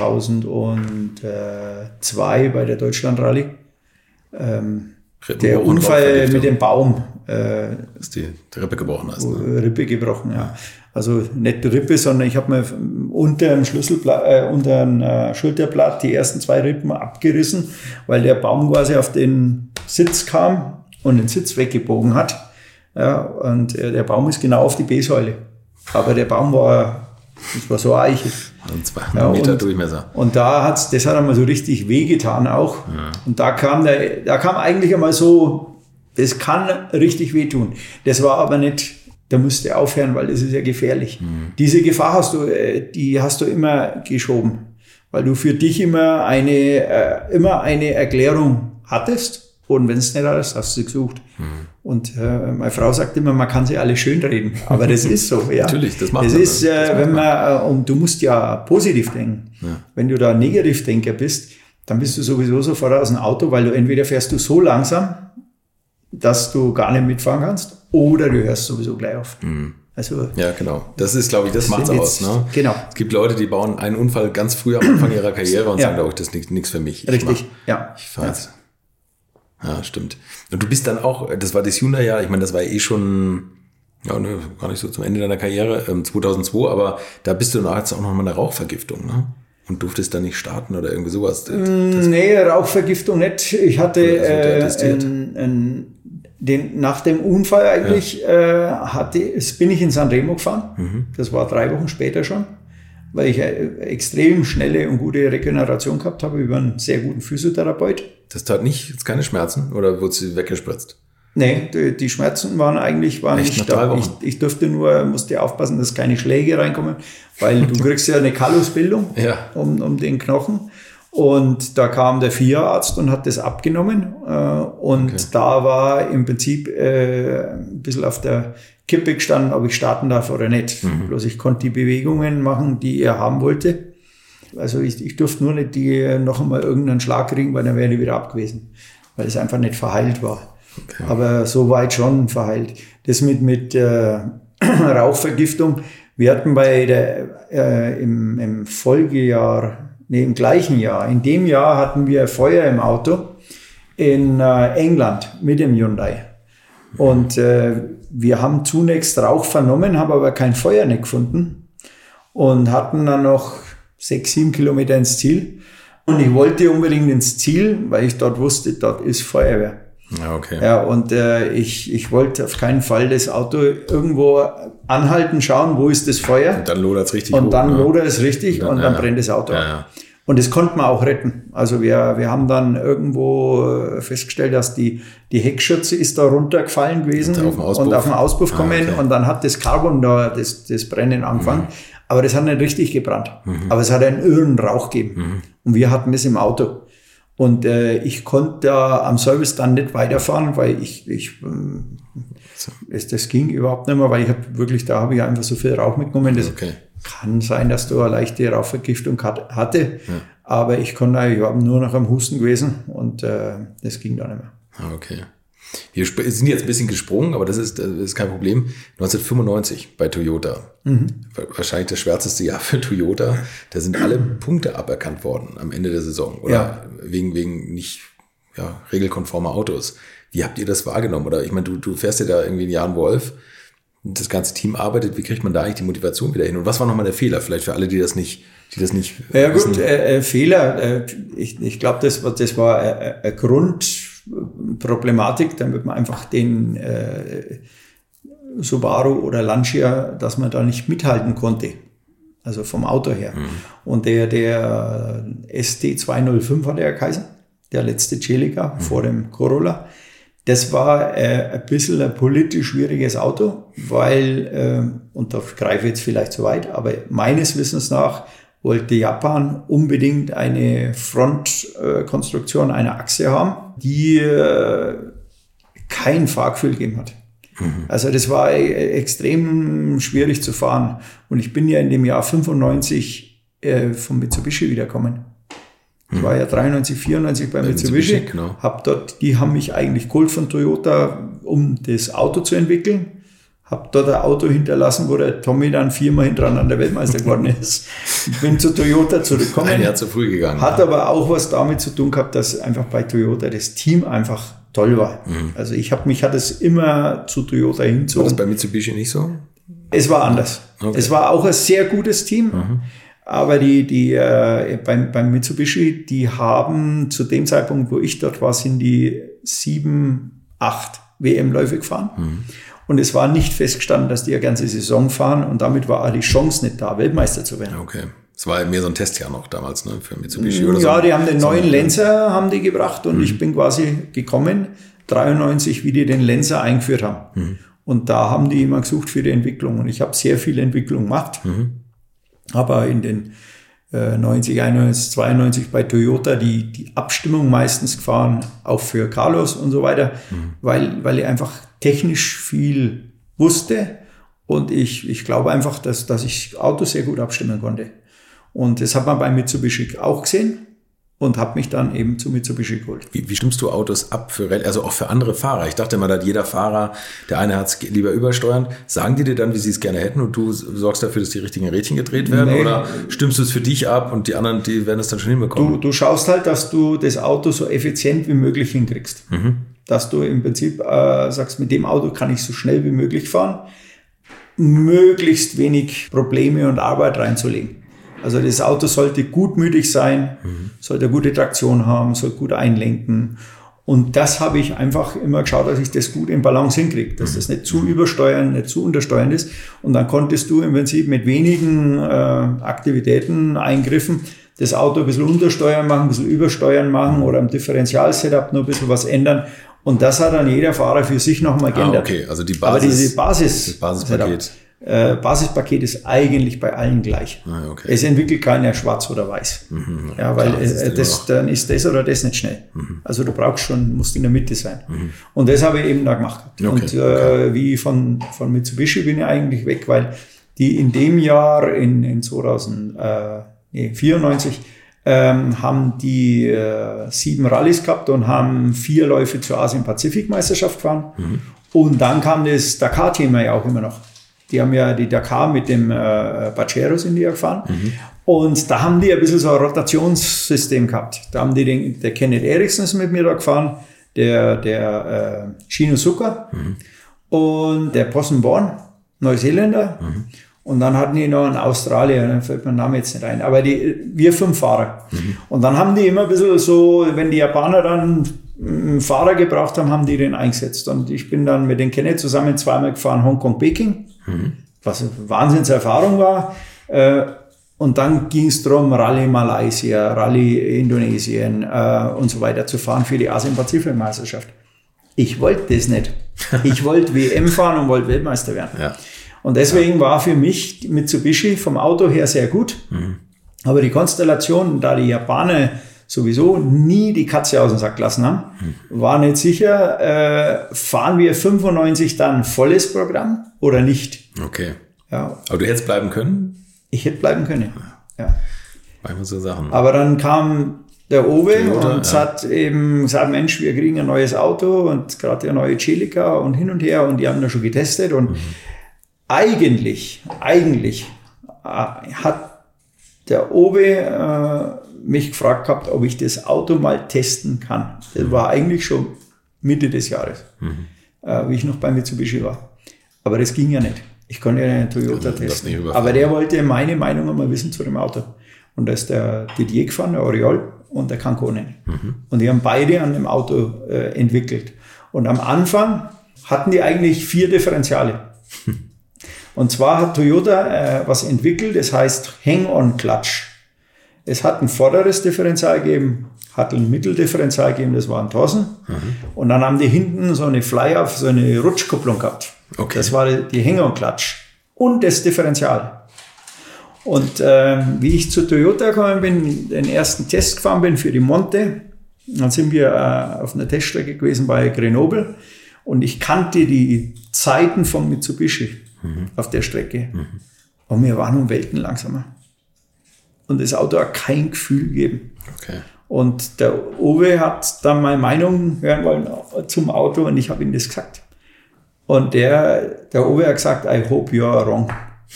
zweitausendzwei bei der Deutschland-Rallye. Ähm, der Unfall mit dem Baum. Äh, dass die Rippe gebrochen hast. Ne? Rippe gebrochen, ja. Also nicht die Rippe, sondern ich habe mir unter dem Schlüsselblatt, äh, unter dem äh, Schulterblatt die ersten zwei Rippen abgerissen, weil der Baum quasi auf den Sitz kam und den Sitz weggebogen hat. Ja, und äh, der Baum ist genau auf die B-Säule. Aber der Baum war, das war so eine Eiche. Und zwei Meter und, Durchmesser. Und da hat's, das hat einmal so richtig wehgetan auch. Ja. Und da kam der, da kam eigentlich einmal so, das kann richtig wehtun. Das war aber nicht, da musst du aufhören, weil das ist ja gefährlich. Mhm. Diese Gefahr hast du, die hast du immer geschoben. Weil du für dich immer eine, äh, immer eine Erklärung hattest. Und wenn es nicht alles, hast du gesucht. Mhm. Und äh, meine Frau sagt immer, man kann sie alle schönreden. Aber das ist so, ja. Natürlich, das macht das man. Ist, äh, das wenn man, äh, und du musst ja positiv denken. Ja. Wenn du da Negativdenker bist, dann bist du sowieso sofort aus dem Auto, weil du entweder fährst du so langsam, dass du gar nicht mitfahren kannst, oder du hörst sowieso gleich auf. Mhm. Also, ja, genau. Das ist, glaube ich, das macht's aus. Ne? Genau. Es gibt Leute, die bauen einen Unfall ganz früh am Anfang ihrer Karriere und ja. sagen, oh, das ist nichts für mich. Ich Richtig, mach, ja. Ich fahre jetzt. Ja, stimmt. Und du bist dann auch, das war das Hyundai-Jahr, ich meine, das war eh schon, ja, ne, gar nicht so zum Ende deiner Karriere, ähm, zweitausendzwei, aber da bist du dann jetzt auch noch mal eine Rauchvergiftung, ne? Und durftest dann nicht starten oder irgendwie sowas. Das, das nee, Rauchvergiftung nicht. Ich hatte äh, ein, ein, den, nach dem Unfall eigentlich, ja. äh, hatte, bin ich in Sanremo gefahren. Mhm. Das war drei Wochen später schon, weil ich eine extrem schnelle und gute Regeneration gehabt habe über einen sehr guten Physiotherapeut. Das tat nicht, jetzt keine Schmerzen oder wurde sie weggespritzt? Nee, die, die Schmerzen waren eigentlich waren Echt, nicht da. Ich, ich durfte nur, musste aufpassen, dass keine Schläge reinkommen, weil du kriegst ja eine Kallusbildung ja. um, um den Knochen. Und da kam der Vier-Arzt und hat das abgenommen. Äh, und okay. da war im Prinzip äh, ein bisschen auf der Kippe gestanden, ob ich starten darf oder nicht. Mhm. Bloß ich konnte die Bewegungen machen, die er haben wollte. Also ich, ich durfte nur nicht die noch einmal irgendeinen Schlag kriegen, weil dann wäre ich wieder ab gewesen, weil es einfach nicht verheilt war. Okay. Aber so weit schon verheilt. Das mit, mit äh, Rauchvergiftung, wir hatten bei der, äh, im, im Folgejahr, nee, im gleichen Jahr, in dem Jahr hatten wir Feuer im Auto in äh, England mit dem Hyundai. Und äh, wir haben zunächst Rauch vernommen, haben aber kein Feuer nicht gefunden und hatten dann noch sechs, sieben Kilometer ins Ziel. Und ich wollte unbedingt ins Ziel, weil ich dort wusste, dort ist Feuerwehr. Ja, okay. Ja, und äh, ich, ich wollte auf keinen Fall das Auto irgendwo anhalten, schauen, wo ist das Feuer. Und dann lodert es richtig. Und hoch, dann ne? lodert es richtig und dann, und dann ja, brennt das Auto ja, ab. ja. Und das konnte man auch retten. Also wir, wir haben dann irgendwo festgestellt, dass die, die Heckschürze ist da runtergefallen gewesen und auf den Auspuff, und auf den Auspuff kommen. Ah, okay. Und dann hat das Carbon da das, das Brennen angefangen. Mhm. Aber das hat nicht richtig gebrannt. Mhm. Aber es hat einen irren Rauch gegeben. Mhm. Und wir hatten das im Auto. Und äh, ich konnte da am Service dann nicht weiterfahren, weil ich, ich ähm, das, das ging überhaupt nicht mehr, weil ich habe wirklich, da habe ich einfach so viel Rauch mitgenommen. Das okay. kann sein, dass du eine leichte Rauchvergiftung hat, hatte, ja. aber ich konnte, ich war nur noch am Husten gewesen und äh, das ging dann nicht mehr. Okay. Wir sind jetzt ein bisschen gesprungen, aber das ist, das ist kein Problem. neunzehnhundertfünfundneunzig bei Toyota. Mhm. Wahrscheinlich das schwärzeste Jahr für Toyota. Da sind alle Punkte aberkannt worden am Ende der Saison. Oder ja. wegen, wegen nicht ja, regelkonformer Autos. Wie habt ihr das wahrgenommen? Oder ich meine, du, du fährst ja da irgendwie in Jan Wolf und das ganze Team arbeitet. Wie kriegt man da eigentlich die Motivation wieder hin? Und was war nochmal der Fehler? Vielleicht für alle, die das nicht, die das nicht ja, wissen. Gut, äh, äh, Fehler. Äh, ich ich glaube, das, das war äh, ein Grund, Problematik, damit man einfach den äh, Subaru oder Lancia, dass man da nicht mithalten konnte, also vom Auto her. Mhm. Und der, der S T zweihundertfünf hat er geheißen, der letzte Celica mhm. vor dem Corolla. Das war äh, ein bisschen ein politisch schwieriges Auto, weil, äh, und da greife ich jetzt vielleicht zu weit, aber meines Wissens nach wollte Japan unbedingt eine Frontkonstruktion, äh, eine Achse haben, die äh, kein Fahrgefühl gegeben hat. Mhm. Also das war äh, extrem schwierig zu fahren. Und ich bin ja in dem Jahr fünfundneunzig äh, von Mitsubishi wiedergekommen. Ich mhm. war ja dreiundneunzig, vierundneunzig bei, bei Mitsubishi. Mitsubishi genau. Hab dort, die haben mich eigentlich geholt von Toyota, um das Auto zu entwickeln. Hab dort ein Auto hinterlassen, wo der Tommy dann viermal hintereinander Weltmeister geworden ist. Ich bin zu Toyota zurückgekommen. Ein Jahr zu früh gegangen. Hat ja. aber auch was damit zu tun gehabt, dass einfach bei Toyota das Team einfach toll war. Mhm. Also ich habe mich hat es immer zu Toyota hinzogen. War das bei Mitsubishi nicht so? Es war anders. Okay. Es war auch ein sehr gutes Team. Mhm. Aber die, die äh, beim, beim Mitsubishi, die haben zu dem Zeitpunkt, wo ich dort war, sind die sieben, acht W M-Läufe gefahren. Mhm. Und es war nicht festgestanden, dass die eine ganze Saison fahren und damit war auch die Chance nicht da, Weltmeister zu werden. Okay. Es war mehr so ein Testjahr noch damals, ne, für Mitsubishi oder ja, so. Ja, die haben den neuen so, Lenzer haben die gebracht und mhm. ich bin quasi gekommen, dreiundneunzig, wie die den Lenzer eingeführt haben. Mhm. Und da haben die jemanden gesucht für die Entwicklung und ich habe sehr viel Entwicklung gemacht. Mhm. Aber in den äh, neunzig, einundneunzig, zweiundneunzig bei Toyota die, die Abstimmung meistens gefahren, auch für Carlos und so weiter, mhm. weil, weil ich einfach technisch viel wusste und ich, ich glaube einfach, dass, dass ich Autos sehr gut abstimmen konnte. Und das hat man bei Mitsubishi auch gesehen und habe mich dann eben zu Mitsubishi geholt. Wie, wie stimmst du Autos ab, für also auch für andere Fahrer? Ich dachte immer, dass jeder Fahrer, der eine hat es lieber übersteuern. Sagen die dir dann, wie sie es gerne hätten und du sorgst dafür, dass die richtigen Rädchen gedreht werden? Nee. Oder stimmst du es für dich ab und die anderen, die werden es dann schon hinbekommen? Du, du schaust halt, dass du das Auto so effizient wie möglich hinkriegst. Mhm. Dass du im Prinzip äh, sagst, mit dem Auto kann ich so schnell wie möglich fahren, möglichst wenig Probleme und Arbeit reinzulegen. Also das Auto sollte gutmütig sein, mhm. sollte eine gute Traktion haben, soll gut einlenken. Und das habe ich einfach immer geschaut, dass ich das gut in Balance hinkriege, dass mhm. das nicht zu übersteuern, nicht zu untersteuern ist. Und dann konntest du im Prinzip mit wenigen äh, Aktivitäten, Eingriffen, das Auto ein bisschen untersteuern machen, ein bisschen übersteuern machen oder am Differentialsetup noch ein bisschen was ändern. Und das hat dann jeder Fahrer für sich nochmal geändert. Ah, okay, also die Basis, aber diese Basis, das Basispaket. Äh, Basispaket ist eigentlich bei allen gleich. Ah, okay. Es entwickelt keiner schwarz oder weiß. Mhm, ja, weil klar, äh, das, dann ist das oder das nicht schnell. Mhm. Also du brauchst schon, musst in der Mitte sein. Mhm. Und das habe ich eben da gemacht. Okay, und äh, okay. wie von, von Mitsubishi bin ich eigentlich weg, weil die in dem Jahr, in, in zweitausendvierundneunzig, ähm, haben die äh, sieben Rallyes gehabt und haben vier Läufe zur Asien-Pazifik-Meisterschaft gefahren. Mhm. Und dann kam das Dakar-Thema ja auch immer noch. Die haben ja die Dakar mit dem äh, Pajero sind die ja gefahren. Mhm. Und da haben die ein bisschen so ein Rotationssystem gehabt. Da haben die den, der Kenneth Eriksson ist mit mir da gefahren, der, der äh, Shinosuka mhm. und der Possenborn, Neuseeländer. Mhm. Und dann hatten die noch einen Australier, da fällt mein Name jetzt nicht ein. Aber die, wir fünf Fahrer. Mhm. Und dann haben die immer ein bisschen so, wenn die Japaner dann einen Fahrer gebraucht haben, haben die den eingesetzt. Und ich bin dann mit den Kenneth zusammen zweimal gefahren, Hongkong, Peking, mhm. was eine Wahnsinnserfahrung war. Und dann ging es darum, Rallye Malaysia, Rallye Indonesien und so weiter zu fahren für die Asien-Pazifik-Meisterschaft. Ich wollte das nicht. Ich wollte W M fahren und wollte Weltmeister werden. Ja. Und deswegen ja. war für mich Mitsubishi vom Auto her sehr gut. Mhm. Aber die Konstellation, da die Japaner sowieso nie die Katze aus dem Sack gelassen haben, mhm. war nicht sicher, äh, fahren wir fünfundneunzig dann volles Programm oder nicht. Okay. Ja. Aber du hättest bleiben können? Ich hätte bleiben können, ja. Manchmal so Sachen. Aber dann kam der Owe Toyota, und ja. hat eben gesagt, Mensch, wir kriegen ein neues Auto und gerade der neue Celica und hin und her und die haben da schon getestet und mhm. eigentlich, eigentlich äh, hat der Owe äh, mich gefragt gehabt, ob ich das Auto mal testen kann. Das mhm. war eigentlich schon Mitte des Jahres, mhm. äh, wie ich noch bei Mitsubishi war. Aber das ging ja nicht. Ich konnte ja einen Toyota also, testen. Aber der wollte meine Meinung einmal wissen zu dem Auto. Und da ist der Didier gefahren, der Oriol und der Canconen. Mhm. Und die haben beide an dem Auto äh, entwickelt. Und am Anfang hatten die eigentlich vier Differentiale. Und zwar hat Toyota äh, was entwickelt, das heißt Hang-on-Clutch. Es hat ein vorderes Differential gegeben, hat ein Mitteldifferential gegeben, das war ein Thorsen. Mhm. Und dann haben die hinten so eine Fly-Off, so eine Rutschkupplung gehabt. Okay. Das war die Hang-on-Clutch und das Differential. Und äh, wie ich zu Toyota gekommen bin, den ersten Test gefahren bin für die Monte, dann sind wir äh, auf einer Teststrecke gewesen bei Grenoble und ich kannte die Zeiten von Mitsubishi mhm. auf der Strecke. Mhm. Und wir waren um Welten langsamer. Und das Auto hat kein Gefühl gegeben. Okay. Und der Owe hat dann meine Meinung hören wollen zum Auto und ich habe ihm das gesagt. Und der, der Owe hat gesagt, I hope you are wrong.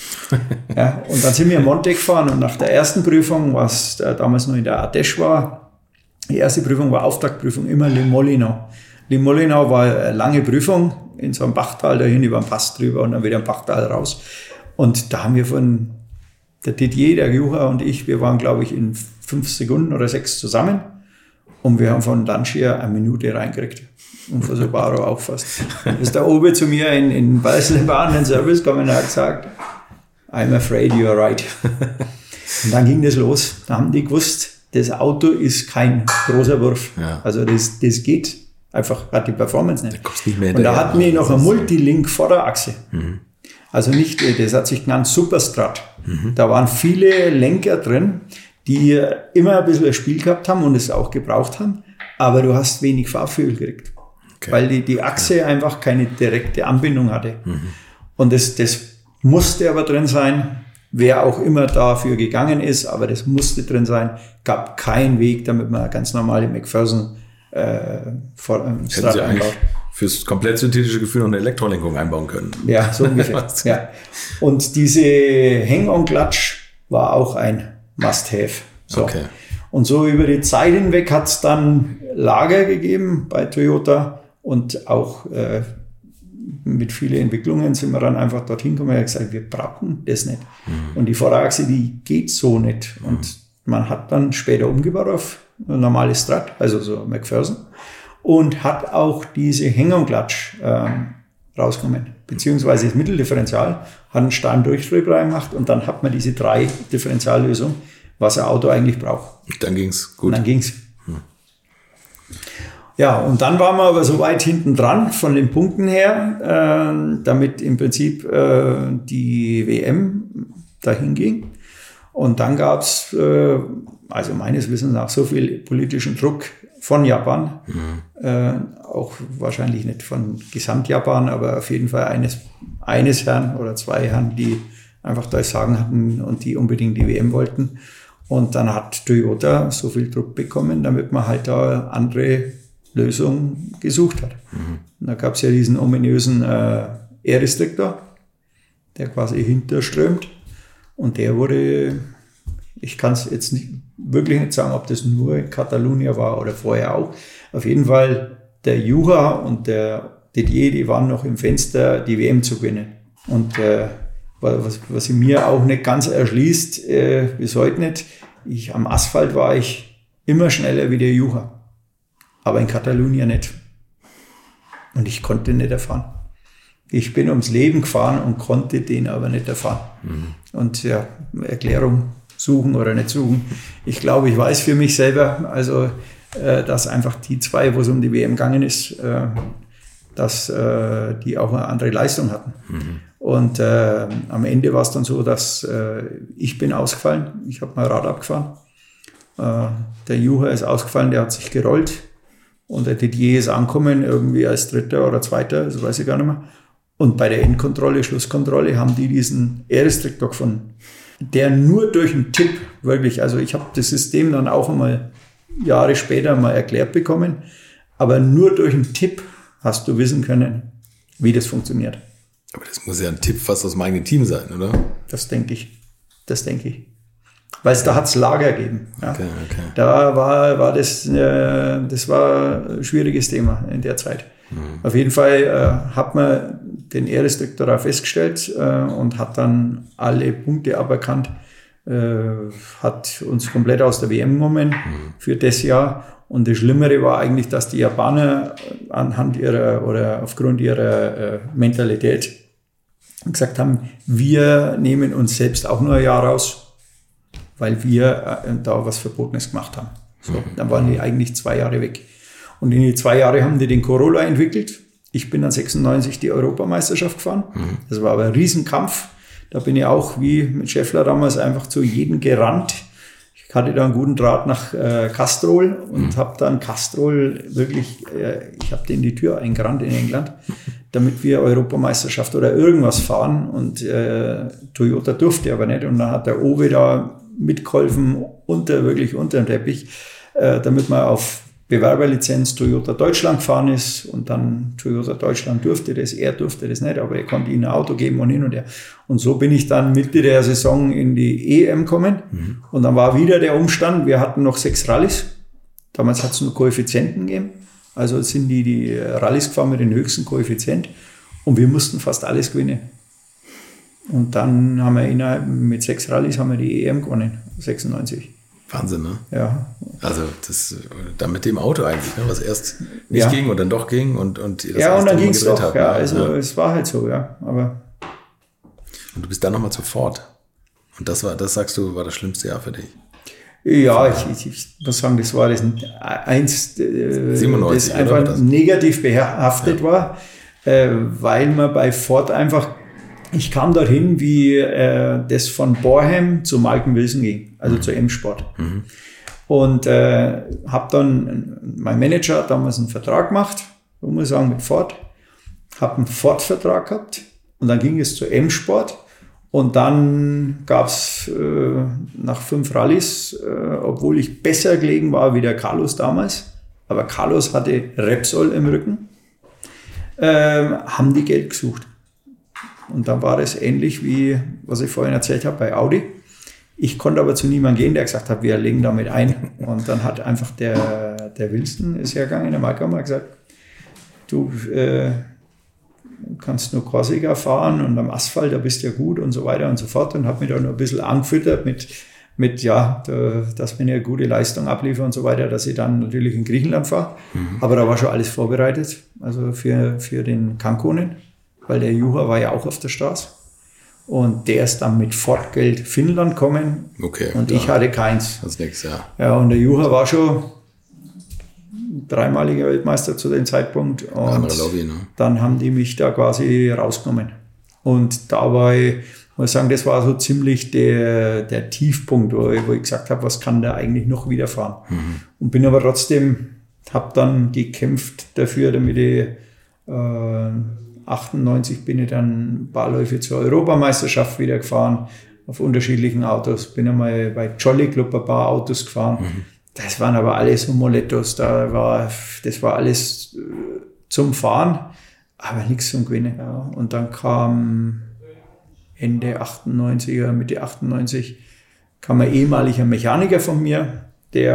Ja, und dann sind wir in Monte gefahren und nach der ersten Prüfung, was damals noch in der Ardèche war, die erste Prüfung war Auftaktprüfung, immer Le Molino. Le Molino war eine lange Prüfung in so einem Bachtal, dahin über den Pass drüber und dann wieder ein Bachtal raus. Und da haben wir von der Didier, der Juha und ich, wir waren, glaube ich, in fünf Sekunden oder sechs zusammen. Und wir haben von Lancia eine Minute reingekriegt. Und von Subaru auch fast. Dann ist der Obe zu mir in, in Weißenbahn in den Service gekommen und hat gesagt, I'm afraid you're right. Und dann ging das los. Da haben die gewusst, das Auto ist kein großer Wurf. Ja. Also das, das geht einfach, hat die Performance nicht. Da nicht mehr und da hatten wir noch eine Multilink-Vorderachse. Mhm. Also nicht, das hat sich genannt Superstrat. Mhm. Da waren viele Lenker drin, die immer ein bisschen ein Spiel gehabt haben und es auch gebraucht haben, aber du hast wenig Fahrgefühl gekriegt, okay. weil die, die Achse ja. einfach keine direkte Anbindung hatte. Mhm. Und das, das musste aber drin sein, wer auch immer dafür gegangen ist, aber das musste drin sein, gab keinen Weg, damit man ganz normale McPherson äh, vor, ähm, Strat einbaut. Fürs komplett synthetische Gefühl noch eine Elektrolenkung einbauen können. Ja, so ungefähr. ja. Und diese Hang-on-Clutch war auch ein Must-have. So. Okay. Und so über die Zeit hinweg hat es dann Lager gegeben bei Toyota und auch äh, mit vielen Entwicklungen sind wir dann einfach dorthin gekommen und haben gesagt, wir brauchen das nicht. Mhm. Und die Vorderachse, die geht so nicht. Und mhm. man hat dann später umgebaut auf ein normales Strat, also so McPherson. Und hat auch diese Hang-on-Clutch ähm, rausgenommen. Beziehungsweise das Mitteldifferential hat einen starren Durchtrieb reingemacht und dann hat man diese drei Differentiallösungen, was ein Auto eigentlich braucht. Dann ging's gut. Und dann ging's. Hm. Ja, und dann waren wir aber so weit hinten dran von den Punkten her, äh, damit im Prinzip äh, die W M dahin ging. Und dann gab's, äh, also meines Wissens nach, so viel politischen Druck von Japan, mhm. äh, auch wahrscheinlich nicht von Gesamt-Japan, aber auf jeden Fall eines, eines Herrn oder zwei Herren, die einfach das Sagen hatten und die unbedingt die W M wollten. Und dann hat Toyota so viel Druck bekommen, damit man halt da andere Lösungen gesucht hat. Mhm. Und da gab es ja diesen ominösen äh, Air-Restrictor, der quasi hinterströmt. Und der wurde, ich kann es jetzt nicht, wirklich nicht sagen, ob das nur in Catalunya war oder vorher auch. Auf jeden Fall der Juha und der Didier, die waren noch im Fenster, die W M zu gewinnen. Und äh, was, was sich mir auch nicht ganz erschließt, äh, bis heute nicht, ich, am Asphalt war ich immer schneller wie der Juha. Aber in Catalunya nicht. Und ich konnte nicht erfahren. Ich bin ums Leben gefahren und konnte den aber nicht erfahren. Mhm. Und ja, Erklärung suchen oder nicht suchen. Ich glaube, ich weiß für mich selber, also äh, dass einfach die zwei, wo es um die W M gegangen ist, äh, dass äh, die auch eine andere Leistung hatten. Mhm. Und äh, am Ende war es dann so, dass äh, ich bin ausgefallen. Ich habe mein Rad abgefahren. Äh, der Juha ist ausgefallen, der hat sich gerollt. Und der Didier ist angekommen, irgendwie als Dritter oder Zweiter, das weiß ich gar nicht mehr. Und bei der Endkontrolle, Schlusskontrolle, haben die diesen Air-Restrictor gefunden, der nur durch einen Tipp wirklich, also ich habe das System dann auch einmal Jahre später mal erklärt bekommen, aber nur durch einen Tipp hast du wissen können, wie das funktioniert. Aber das muss ja ein Tipp fast aus meinem eigenen Team sein, oder? Das denke ich, das denke ich. Weil es da hat es Lager gegeben. Ja. Okay, okay. Da war, war das, äh, das war ein schwieriges Thema in der Zeit. Mhm. Auf jeden Fall äh, hat man den Air-Restrictor da festgestellt äh, und hat dann alle Punkte aberkannt, äh, hat uns komplett aus der W M genommen mhm. für das Jahr. Und das Schlimmere war eigentlich, dass die Japaner anhand ihrer oder aufgrund ihrer äh, Mentalität gesagt haben, wir nehmen uns selbst auch nur ein Jahr raus, weil wir äh, da was Verbotenes gemacht haben. So, mhm. Dann waren die eigentlich zwei Jahre weg. Und in die zwei Jahre haben die den Corolla entwickelt. Ich bin dann sechsundneunzig die Europameisterschaft gefahren. Mhm. Das war aber ein Riesenkampf. Da bin ich auch wie mit Scheffler damals einfach zu jedem gerannt. Ich hatte da einen guten Draht nach äh, Castrol und mhm. habe dann Castrol wirklich, äh, ich habe den die Tür eingerannt in England, damit wir Europameisterschaft oder irgendwas fahren. Und äh, Toyota durfte aber nicht. Und dann hat der Owe da mitgeholfen, unter, wirklich unter dem Teppich, äh, damit man auf Bewerberlizenz Toyota Deutschland gefahren ist und dann Toyota Deutschland durfte das, er durfte das nicht, aber er konnte ihnen ein Auto geben und hin und her. Und so bin ich dann Mitte der Saison in die E M gekommen mhm. und dann war wieder der Umstand, wir hatten noch sechs Rallyes, damals hat es nur Koeffizienten gegeben, also sind die die Rallyes gefahren mit den höchsten Koeffizient und wir mussten fast alles gewinnen. Und dann haben wir innerhalb mit sechs Rallyes haben wir die E M gewonnen, sechsundneunzig. Wahnsinn, ne? Ja. Also das dann mit dem Auto eigentlich, ne? Was erst nicht ja. ging und dann doch ging und, und ihr das ja, und dann ging es doch. habt, Ja, ne? also ja. es war halt so, ja. Aber und du bist dann nochmal zu Ford. Und das war, das sagst du, war das schlimmste Jahr für dich. Ja, ich, ich, ich muss sagen, das war das eins, äh, siebenundneunzig, das einfach das? negativ behaftet ja. war, äh, weil man bei Ford einfach, ich kam dorthin, wie äh, das von Borham zu Malcolm Wilson ging, also mhm. zu M-Sport. Mhm. Und äh, habe dann, mein Manager hat damals einen Vertrag gemacht, muss ich sagen, mit Ford, habe einen Ford-Vertrag gehabt und dann ging es zu M-Sport. Und dann gab es äh, nach fünf Rallyes, äh, obwohl ich besser gelegen war wie der Carlos damals, aber Carlos hatte Repsol im Rücken, äh, haben die Geld gesucht. Und dann war das ähnlich wie, was ich vorhin erzählt habe, bei Audi. Ich konnte aber zu niemandem gehen, der gesagt hat, wir legen damit ein. Und dann hat einfach der, der Wilson ist hergegangen, der Malcolm hat gesagt, du, äh, kannst nur Korsika fahren und am Asphalt, da bist du ja gut und so weiter und so fort und habe mich da noch ein bisschen angefüttert mit, mit ja, da, dass wir eine gute Leistung abliefern und so weiter, dass ich dann natürlich in Griechenland fahre. Mhm. Aber da war schon alles vorbereitet, also für, für den Cancunen, weil der Juha war ja auch auf der Straße und der ist dann mit Ford-Geld Finnland gekommen okay, und ja. ich hatte keins. Das ist nix, ja. Ja, und der Juha war schon dreimaliger Weltmeister zu dem Zeitpunkt und andere Lobby, ne? Dann haben die mich da quasi rausgenommen und dabei muss ich sagen, das war so ziemlich der, der Tiefpunkt, wo ich, wo ich gesagt habe, was kann der eigentlich noch widerfahren mhm. und bin aber trotzdem, habe dann gekämpft dafür, damit ich äh, achtundneunzig bin ich dann ein paar Läufe zur Europameisterschaft wieder gefahren auf unterschiedlichen Autos, bin einmal bei Jolly Club ein paar Autos gefahren. Mhm. Das waren aber alles so Molettos, da war, das war alles zum Fahren, aber nichts zum Gewinnen. Ja. Und dann kam Ende achtundneunziger, Mitte achtundneunzig, kam ein ehemaliger Mechaniker von mir,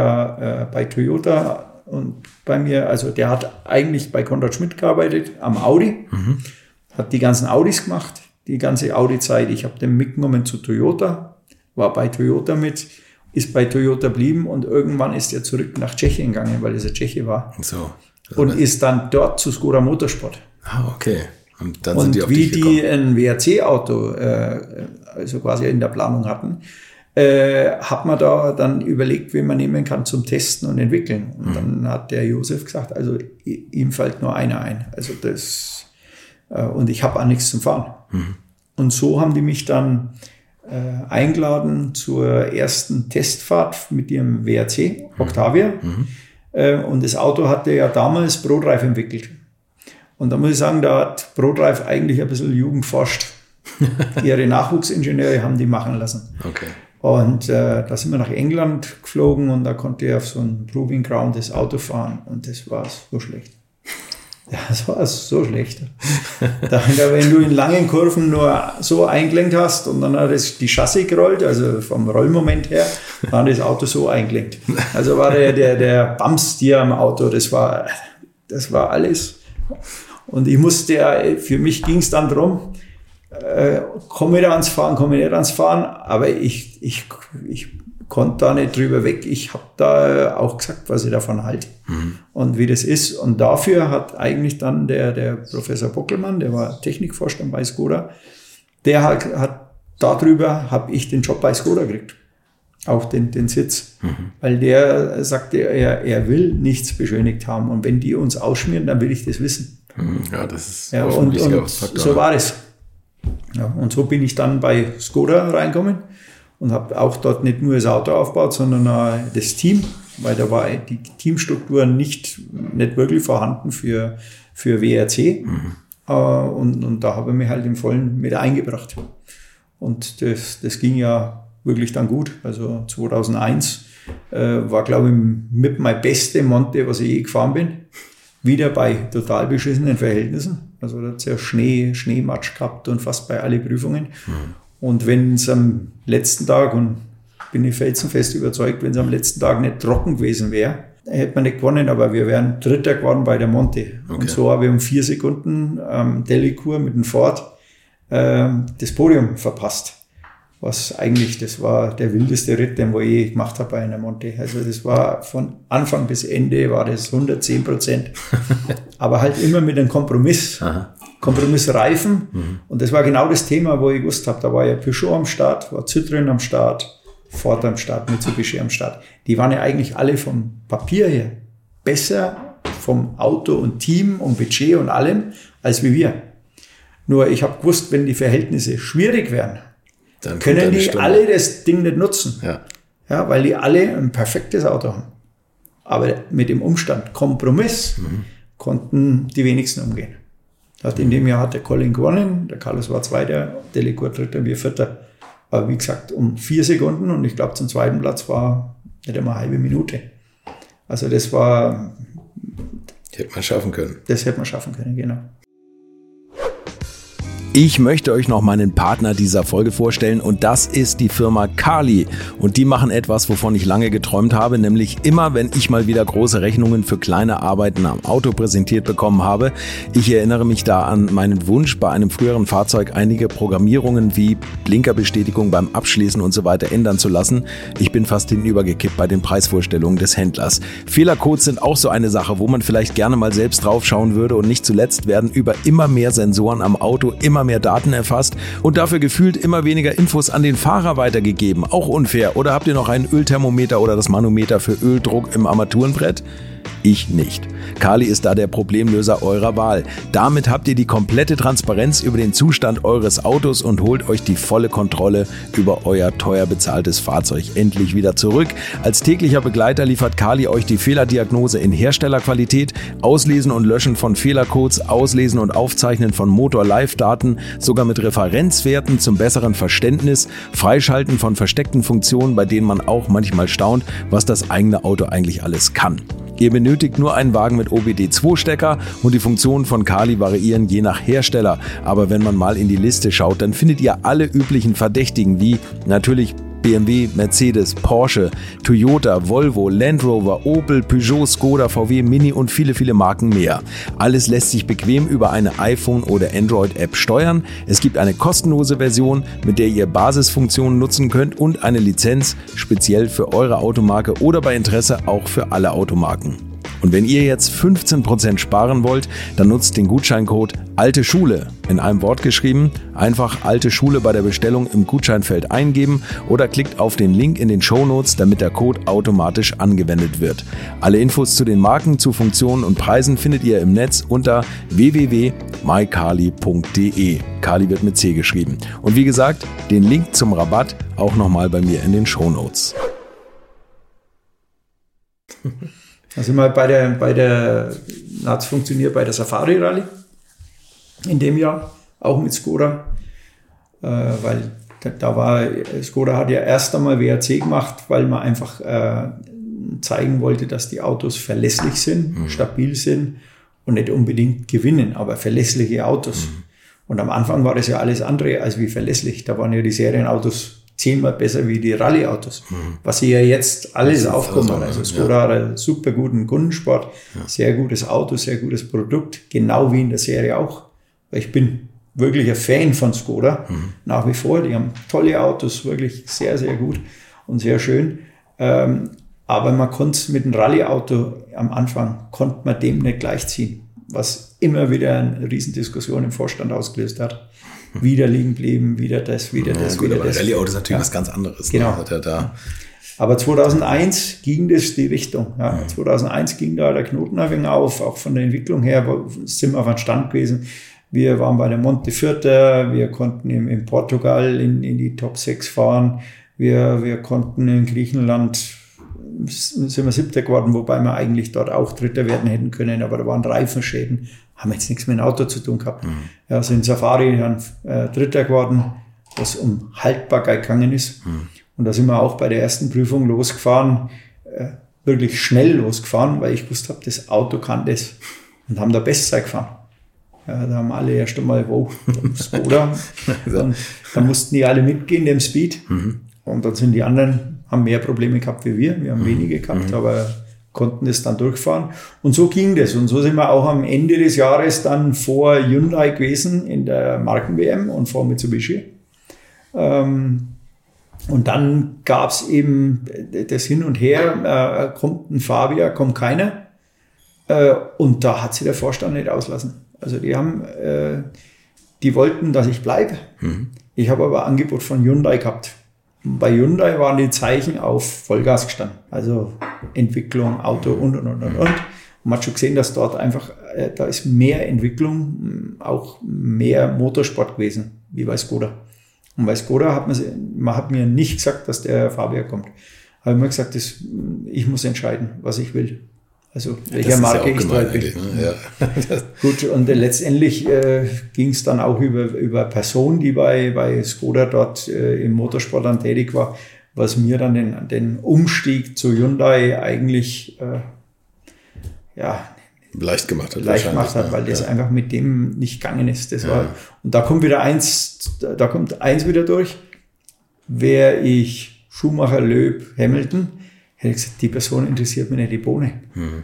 der äh, bei Toyota und bei mir, also der hat eigentlich bei Konrad Schmidt gearbeitet, am Audi, mhm. hat die ganzen Audis gemacht, die ganze Audi-Zeit. Ich habe den mitgenommen zu Toyota, war bei Toyota mit, ist bei Toyota geblieben und irgendwann ist er zurück nach Tschechien gegangen, weil er Tscheche war. So. Und ist dann dort zu Skoda Motorsport. Ah, okay. Und dann und sind die auf wie dich gekommen. Die ein W R C-Auto, äh, also quasi in der Planung hatten, äh, hat man da dann überlegt, wen man nehmen kann zum Testen und entwickeln. Und mhm. dann hat der Josef gesagt, also ihm fällt nur einer ein. Also das, äh, und ich habe auch nichts zum Fahren. Mhm. Und so haben die mich dann äh, eingeladen zur ersten Testfahrt mit ihrem W R C, Octavia. Mhm. Äh, und das Auto hatte ja damals ProDrive entwickelt. Und da muss ich sagen, da hat ProDrive eigentlich ein bisschen Jugend forscht. Ihre Nachwuchsingenieure haben die machen lassen. Okay. Und äh, da sind wir nach England geflogen und da konnte ich auf so einem Proving Ground das Auto fahren und das war so schlecht. Ja, das war so schlecht. Da, wenn du in langen Kurven nur so eingelenkt hast und dann hat es die Chassis gerollt, also vom Rollmoment her, dann hat das Auto so eingelenkt. Also war der, der, der Bumps-Stier am Auto, das war, das war alles. Und ich musste ja, für mich ging es dann drum, äh, komme ich da ans Fahren, komme ich nicht ans Fahren, aber ich, ich, ich konnte da nicht drüber weg. Ich habe da auch gesagt, was ich davon halte mhm. und wie das ist. Und dafür hat eigentlich dann der, der Professor Bockelmann, der war Technikvorstand bei Skoda, der hat, hat darüber habe ich den Job bei Skoda gekriegt. Auch den, den Sitz. Mhm. Weil der sagte, er, er will nichts beschönigt haben. Und wenn die uns ausschmieren, dann will ich das wissen. Ja, das ist ja, und, und so war es. Ja, und so bin ich dann bei Skoda reingekommen und habe auch dort nicht nur das Auto aufgebaut, sondern auch das Team, weil da war die Teamstruktur nicht, nicht wirklich vorhanden für, für W R C. Mhm. Und, und da habe ich mich halt im Vollen mit eingebracht. Und das, das ging ja wirklich dann gut. Also zweitausendeins äh, war, glaube ich, mit mein beste Monte, was ich je gefahren bin. Wieder bei total beschissenen Verhältnissen. Also da hat es ja Schnee, Schneematsch gehabt und fast bei allen Prüfungen. Mhm. Und wenn es am letzten Tag, und bin ich felsenfest überzeugt, wenn es am letzten Tag nicht trocken gewesen wäre, hätte man nicht gewonnen, aber wir wären Dritter geworden bei der Monte. Okay. Und so habe ich um vier Sekunden am ähm, Delicourt mit dem Ford äh, das Podium verpasst. was eigentlich, das war der wildeste Ritt, den ich je gemacht habe bei einer Monte. Also das war von Anfang bis Ende war das hundertzehn Prozent. Aber halt immer mit einem Kompromiss. Aha. Kompromissreifen. Mhm. Und das war genau das Thema, wo ich gewusst habe, da war ja Peugeot am Start, war Citroën am Start, Ford am Start, Mitsubishi am Start. Die waren ja eigentlich alle vom Papier her besser vom Auto und Team und Budget und allem als wie wir. Nur ich habe gewusst, wenn die Verhältnisse schwierig werden, dann können die Stunde. alle das Ding nicht nutzen. Ja. Ja, weil die alle ein perfektes Auto haben. Aber mit dem Umstand Kompromiss mhm. konnten die wenigsten umgehen. Das heißt, in dem Jahr hat der Colin gewonnen, der Carlos war Zweiter, Delecourt Dritter, wir Vierter. Aber wie gesagt, um vier Sekunden und ich glaube zum zweiten Platz war nicht einmal eine halbe Minute. Also das war... Das hätte man schaffen können. Das hätte man schaffen können, genau. Ich möchte euch noch meinen Partner dieser Folge vorstellen und das ist die Firma Carli. Und die machen etwas, wovon ich lange geträumt habe, nämlich immer, wenn ich mal wieder große Rechnungen für kleine Arbeiten am Auto präsentiert bekommen habe. Ich erinnere mich da an meinen Wunsch, bei einem früheren Fahrzeug einige Programmierungen wie Blinkerbestätigung beim Abschließen und so weiter ändern zu lassen. Ich bin fast hinübergekippt bei den Preisvorstellungen des Händlers. Fehlercodes sind auch so eine Sache, wo man vielleicht gerne mal selbst draufschauen würde und nicht zuletzt werden über immer mehr Sensoren am Auto immer mehr Daten erfasst und dafür gefühlt immer weniger Infos an den Fahrer weitergegeben. Auch unfair. Oder habt ihr noch einen Ölthermometer oder das Manometer für Öldruck im Armaturenbrett? Ich nicht. Carli ist da der Problemlöser eurer Wahl. Damit habt ihr die komplette Transparenz über den Zustand eures Autos und holt euch die volle Kontrolle über euer teuer bezahltes Fahrzeug endlich wieder zurück. Als täglicher Begleiter liefert Carli euch die Fehlerdiagnose in Herstellerqualität, Auslesen und Löschen von Fehlercodes, Auslesen und Aufzeichnen von Motor-Live-Daten, sogar mit Referenzwerten zum besseren Verständnis, Freischalten von versteckten Funktionen, bei denen man auch manchmal staunt, was das eigene Auto eigentlich alles kann. Ihr benötigt nur einen Wagen mit O B D zwei Stecker und die Funktionen von Carli variieren je nach Hersteller. Aber wenn man mal in die Liste schaut, dann findet ihr alle üblichen Verdächtigen wie natürlich B M W, Mercedes, Porsche, Toyota, Volvo, Land Rover, Opel, Peugeot, Skoda, V W, Mini und viele, viele Marken mehr. Alles lässt sich bequem über eine iPhone- oder Android-App steuern. Es gibt eine kostenlose Version, mit der ihr Basisfunktionen nutzen könnt und eine Lizenz speziell für eure Automarke oder bei Interesse auch für alle Automarken. Und wenn ihr jetzt fünfzehn Prozent sparen wollt, dann nutzt den Gutscheincode Alte Schule, in einem Wort geschrieben, einfach Alte Schule bei der Bestellung im Gutscheinfeld eingeben oder klickt auf den Link in den Shownotes, damit der Code automatisch angewendet wird. Alle Infos zu den Marken, zu Funktionen und Preisen findet ihr im Netz unter w w w punkt my carli punkt d e. Carli wird mit C geschrieben. Und wie gesagt, den Link zum Rabatt auch nochmal bei mir in den Shownotes. Also mal bei der, bei der, hat es funktioniert bei der Safari Rallye in dem Jahr, auch mit Skoda, äh, weil da, da war, Skoda hat ja erst einmal W R C gemacht, weil man einfach äh, zeigen wollte, dass die Autos verlässlich sind, mhm. stabil sind und nicht unbedingt gewinnen, aber verlässliche Autos. Mhm. Und am Anfang war das ja alles andere als wie verlässlich. Da waren ja die Serienautos zehnmal besser wie die Rallye-Autos, mhm. was hier ja jetzt alles aufkommen. Also Skoda ja. hat einen super guten Kundensport, ja. sehr gutes Auto, sehr gutes Produkt, genau wie in der Serie auch. Ich bin wirklich ein Fan von Skoda, mhm. nach wie vor. Die haben tolle Autos, wirklich sehr, sehr gut und sehr schön. Ähm, aber man konnte mit dem Rallye-Auto am Anfang, konnte man dem nicht gleichziehen, was immer wieder eine Riesendiskussion im Vorstand ausgelöst hat. Wieder liegen blieben, wieder das, wieder ja, das, gut, wieder aber das. Rallye-Auto ist natürlich ja. was ganz anderes. Genau. Ne? Hat er da aber zweitausendeins ging das die Richtung. Ja. Mhm. zweitausendeins ging da der Knoten ein wenig auf, auch von der Entwicklung her sind wir auf einem Stand gewesen. Wir waren bei der Monte Vierter, wir konnten in, in Portugal in, in die Top sechs fahren, wir, wir konnten in Griechenland, sind wir Siebter geworden, wobei wir eigentlich dort auch Dritter werden hätten können, aber da waren Reifenschäden, haben jetzt nichts mit dem Auto zu tun gehabt. Mhm. Ja, also in Safari dann äh, Dritter geworden, was um Haltbarkeit gegangen ist. Mhm. Und da sind wir auch bei der ersten Prüfung losgefahren, äh, wirklich schnell losgefahren, weil ich gewusst habe, das Auto kann das. Und haben da Bestzeit gefahren. Ja, da haben alle erst einmal, wow, Skoda. Und dann mussten die alle mitgehen, dem Speed. Mhm. Und dann sind die anderen, haben mehr Probleme gehabt wie wir. Wir haben mhm. wenige gehabt, mhm. aber konnten das dann durchfahren. Und so ging das. Und so sind wir auch am Ende des Jahres dann vor Hyundai gewesen in der Marken-W M und vor Mitsubishi. Ähm, Und dann gab es eben das Hin und Her, äh, kommt ein Fabia, kommt keiner. Äh, und da hat sich der Vorstand nicht auslassen. Also die haben, äh, die wollten, dass ich bleibe. Mhm. Ich habe aber ein Angebot von Hyundai gehabt. Bei Hyundai waren die Zeichen auf Vollgas gestanden. Also Entwicklung, Auto und, und, und, und, und. Und man hat schon gesehen, dass dort einfach, äh, da ist mehr Entwicklung, auch mehr Motorsport gewesen, wie bei Skoda. Und bei Skoda hat man, man hat mir nicht gesagt, dass der Fabia kommt. Aber immer gesagt, das, ich muss entscheiden, was ich will. Also welcher Marke ja ich treu bin. Ne? Ja. Gut, und äh, letztendlich äh, ging es dann auch über, über Personen, die bei, bei Skoda dort äh, im Motorsport dann tätig war, was mir dann den, den Umstieg zu Hyundai eigentlich äh, ja, leicht gemacht hat. Leicht gemacht hat, weil ja. das einfach mit dem nicht gegangen ist. Das ja. war, und da kommt wieder eins, da kommt eins wieder durch. Wäre ich Schumacher, Loeb, Hamilton, hätte ich gesagt, die Person interessiert mich nicht die Bohne. Hm.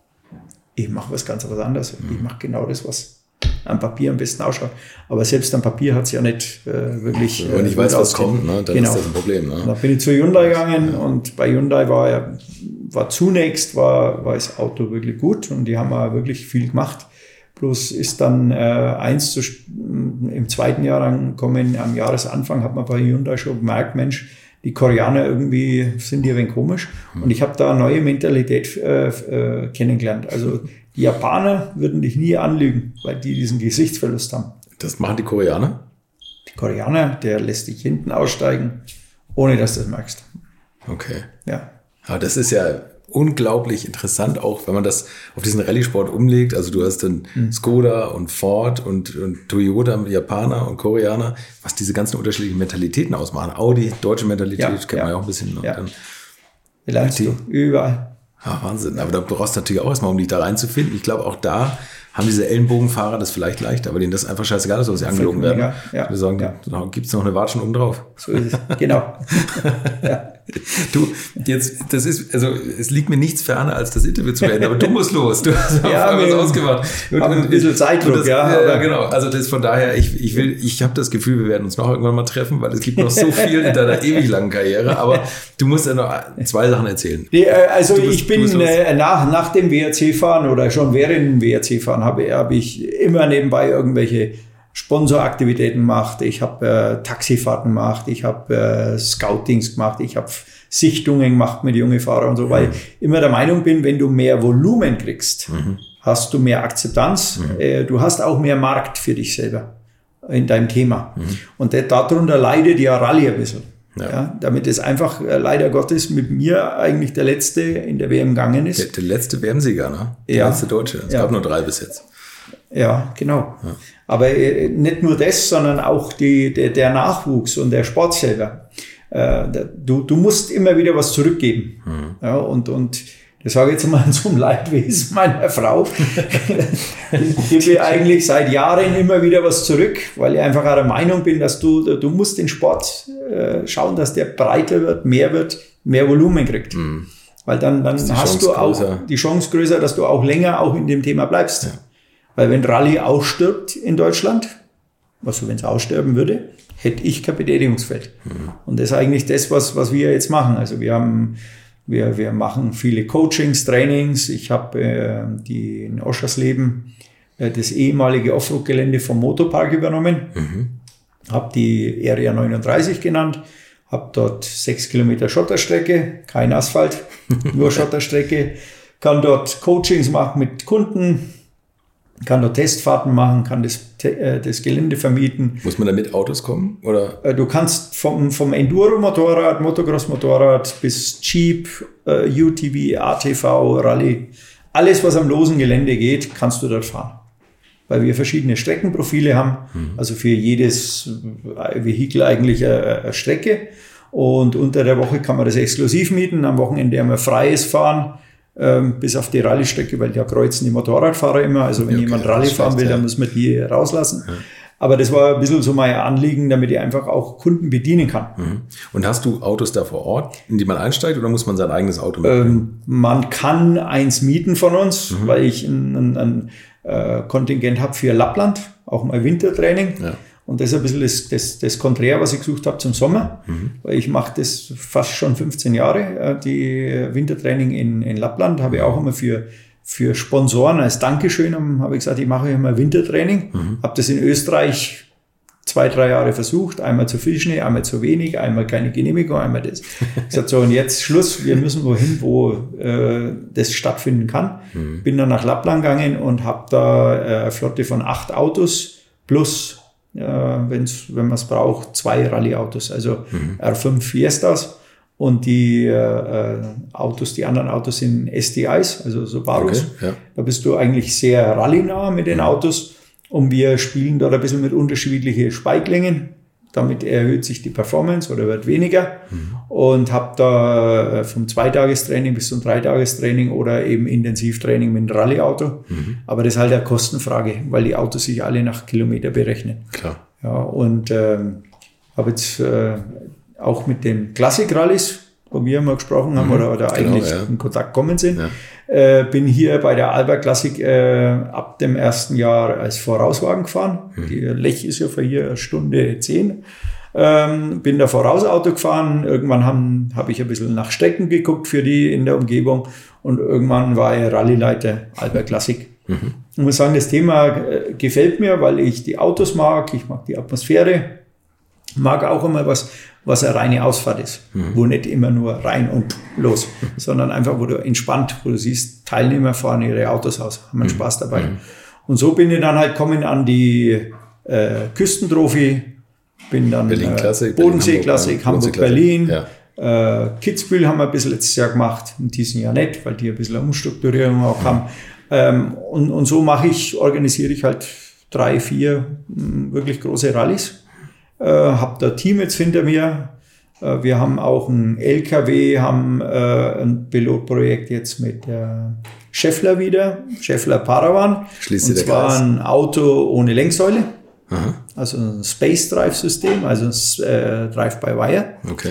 Ich mache was ganz was anderes. Hm. Ich mache genau das, was am Papier am besten ausschaut. Aber selbst am Papier hat es ja nicht äh, wirklich. Wenn äh, ich weiß, was kommt, ne? Dann genau. ist das ein Problem. Ne? Da bin ich zu Hyundai gegangen ja. und bei Hyundai war ja, war zunächst war, war das Auto wirklich gut und die haben auch wirklich viel gemacht. Bloß ist dann äh, eins zu, im zweiten Jahr angekommen, am Jahresanfang hat man bei Hyundai schon gemerkt, Mensch, die Koreaner irgendwie sind hier ein wenig komisch. Und ich habe da eine neue Mentalität äh, äh, kennengelernt. Also die Japaner würden dich nie anlügen, weil die diesen Gesichtsverlust haben. Das machen die Koreaner? Die Koreaner, der lässt dich hinten aussteigen, ohne dass du das merkst. Okay. Ja. Aber das ist ja unglaublich interessant, auch wenn man das auf diesen Rallye-Sport umlegt. Also du hast dann mhm. Skoda und Ford und, und Toyota, Japaner und Koreaner, was diese ganzen unterschiedlichen Mentalitäten ausmachen. Audi, deutsche Mentalität, ja, kennt ja. man ja auch ein bisschen. Ja. Dann wie lernst du? Überall. Ja, Wahnsinn. Aber da brauchst du natürlich auch erstmal, um dich da reinzufinden. Ich glaube, auch da haben diese Ellenbogenfahrer das vielleicht leichter, aber denen das einfach scheißegal ist, ob sie angelogen werden. Ja, ja, wir sagen, ja. da gibt es noch eine Watschen oben drauf. So ist es, genau. ja. Du, jetzt, das ist, also, es liegt mir nichts ferner, als das Interview zu beenden, aber du musst los. Du hast ja, was ausgemacht. Und, und ein bisschen Zeitdruck, das, ja. Ja, aber genau. Also, das von daher, ich, ich will, ich habe das Gefühl, wir werden uns noch irgendwann mal treffen, weil es gibt noch so viel in deiner ewig langen Karriere, aber du musst ja noch zwei Sachen erzählen. Die, also, bist, ich bin äh, nach, nach dem W R C-Fahren oder schon während dem W R C-Fahren habe, habe ich immer nebenbei irgendwelche Sponsoraktivitäten gemacht, ich habe äh, Taxifahrten gemacht, ich habe äh, Scoutings gemacht, ich habe Sichtungen gemacht mit jungen Fahrern und so, weil ich immer der Meinung bin, wenn du mehr Volumen kriegst, mhm. hast du mehr Akzeptanz, mhm. äh, du hast auch mehr Markt für dich selber in deinem Thema. Mhm. Und der, darunter leidet ja Rallye ein bisschen. Ja. Ja, damit es einfach äh, leider Gottes mit mir eigentlich der Letzte in der W M gegangen ist. Der, der letzte W M-Sieger, ne? Der ja. letzte Deutsche. Es ja. gab nur drei bis jetzt. Ja, genau. Ja. Aber äh, nicht nur das, sondern auch die, der, der Nachwuchs und der Sport selber. Äh, du, du musst immer wieder was zurückgeben. Mhm. Ja, und, und das sage ich jetzt mal zum Leidwesen meiner Frau. Ich gebe eigentlich seit Jahren immer wieder was zurück, weil ich einfach auch der Meinung bin, dass du, du musst den Sport äh, schauen, dass der breiter wird, mehr wird, mehr Volumen kriegt. Mhm. Weil dann, dann hast Chance du auch größer. die Chance größer, dass du auch länger auch in dem Thema bleibst. Ja. Weil wenn Rallye ausstirbt in Deutschland, also wenn es aussterben würde, hätte ich kein Betätigungsfeld. Mhm. Und das ist eigentlich das, was, was wir jetzt machen. Also wir haben, wir, wir machen viele Coachings, Trainings. Ich habe äh, die in Oschersleben äh, das ehemalige Offroad-Gelände vom Motopark übernommen. Mhm. Habe die Area neununddreißig genannt. Habe dort sechs Kilometer Schotterstrecke, kein Asphalt, nur Schotterstrecke. Kann dort Coachings machen mit Kunden. Kann dort Testfahrten machen, kann das, das Gelände vermieten. Muss man da mit Autos kommen? Oder? Du kannst vom, vom Enduro-Motorrad, Motocross-Motorrad bis Jeep, U T V, A T V, Rallye, alles, was am losen Gelände geht, kannst du dort fahren. Weil wir verschiedene Streckenprofile haben, mhm. also für jedes Vehikel eigentlich eine, eine Strecke. Und unter der Woche kann man das exklusiv mieten, am Wochenende haben wir freies Fahren. Ähm, bis auf die Rallye-Strecke, weil da kreuzen die Motorradfahrer immer. Also wenn ja, okay, jemand Rallye fahren will, ja. dann muss man die rauslassen. Ja. Aber das war ein bisschen so mein Anliegen, damit ich einfach auch Kunden bedienen kann. Mhm. Und hast du Autos da vor Ort, in die man einsteigt, oder muss man sein eigenes Auto mitnehmen? Ähm, man kann eins mieten von uns, mhm. weil ich ein, ein, ein äh, Kontingent habe für Lappland, auch mal Wintertraining. Ja. Und das ist ein bisschen das, das, das Konträr, was ich gesucht habe zum Sommer. Mhm. Weil ich mache das fast schon fünfzehn Jahre, die Wintertraining in, in Lappland. Habe ich auch immer für, für Sponsoren als Dankeschön, habe ich gesagt, ich mache immer Wintertraining. Mhm. Habe das in Österreich zwei, drei Jahre versucht. Einmal zu viel Schnee, einmal zu wenig, einmal keine Genehmigung, einmal das. Ich gesagt, so und jetzt Schluss, wir müssen wohin, wo äh, das stattfinden kann. Mhm. Bin dann nach Lappland gegangen und habe da äh, eine Flotte von acht Autos plus Äh, wenn's, wenn man es braucht, zwei Rallye-Autos, also mhm. R fünf Fiestas und die äh, Autos, die anderen Autos sind S T Is, also Subarus. Okay, ja. Da bist du eigentlich sehr rallye-nah mit den mhm. Autos und wir spielen dort ein bisschen mit unterschiedlichen Speiklängen. Damit erhöht sich die Performance oder wird weniger mhm. und habe da vom Zweitagestraining bis zum Dreitagestraining oder eben Intensivtraining mit dem Rallye-Auto. Mhm. Aber das ist halt eine Kostenfrage, weil die Autos sich alle nach Kilometer berechnen. Klar. Ja, und ähm, habe jetzt äh, auch mit den Klassik-Rallys, wo wir mal gesprochen haben mhm. oder, oder genau, eigentlich ja. in Kontakt gekommen sind, ja. äh, bin hier bei der Alba Classic äh, ab dem ersten Jahr als Vorauswagen gefahren. Mhm. Die Lech ist ja für hier eine Stunde zehn. Ähm, bin da Vorausauto gefahren. Irgendwann habe hab ich ein bisschen nach Strecken geguckt für die in der Umgebung und irgendwann war ich Rallyeleiter Alba Classic. Mhm. Ich muss sagen, das Thema äh, gefällt mir, weil ich die Autos mag, ich mag die Atmosphäre, mag auch immer was, was eine reine Ausfahrt ist, mhm. wo nicht immer nur rein und los, mhm. sondern einfach, wo du entspannt, wo du siehst, Teilnehmer fahren ihre Autos aus, haben einen mhm. Spaß dabei. Mhm. Und so bin ich dann halt kommen an die äh, Küstentrophy, bin dann Berlin Klassik, äh, Bodensee Klassik, Hamburg, Berlin, ja. äh, Kitzbühel haben wir ein bisschen letztes Jahr gemacht, in diesem Jahr nicht, weil die ein bisschen Umstrukturierung auch mhm. haben. Ähm, und, und so mache ich, organisiere ich halt drei, vier mh, wirklich große Rallyes. Äh, habe da Team jetzt hinter mir. Äh, wir haben auch ein L K W, haben äh, ein Pilotprojekt jetzt mit äh, Schaeffler wieder, Schaeffler Paravan. Schließt und zwar Kreis. Ein Auto ohne Lenksäule. Aha. Also ein Space Drive System, also ein äh, Drive by Wire. Okay.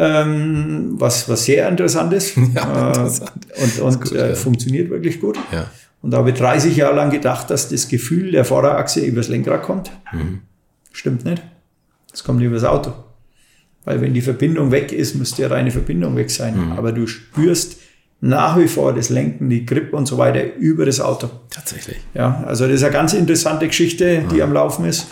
Ähm, was, was sehr interessant ist. Ja, interessant. Äh, und und gut, äh, ja. funktioniert wirklich gut. Ja. Und da habe ich dreißig Jahre lang gedacht, dass das Gefühl der Vorderachse übers Lenkrad kommt. Mhm. Stimmt nicht. Das kommt übers Auto. Weil wenn die Verbindung weg ist, müsste ja deine Verbindung weg sein. Mhm. Aber du spürst nach wie vor das Lenken, die Grip und so weiter über das Auto. Tatsächlich. Ja, also das ist eine ganz interessante Geschichte, die mhm. am Laufen ist.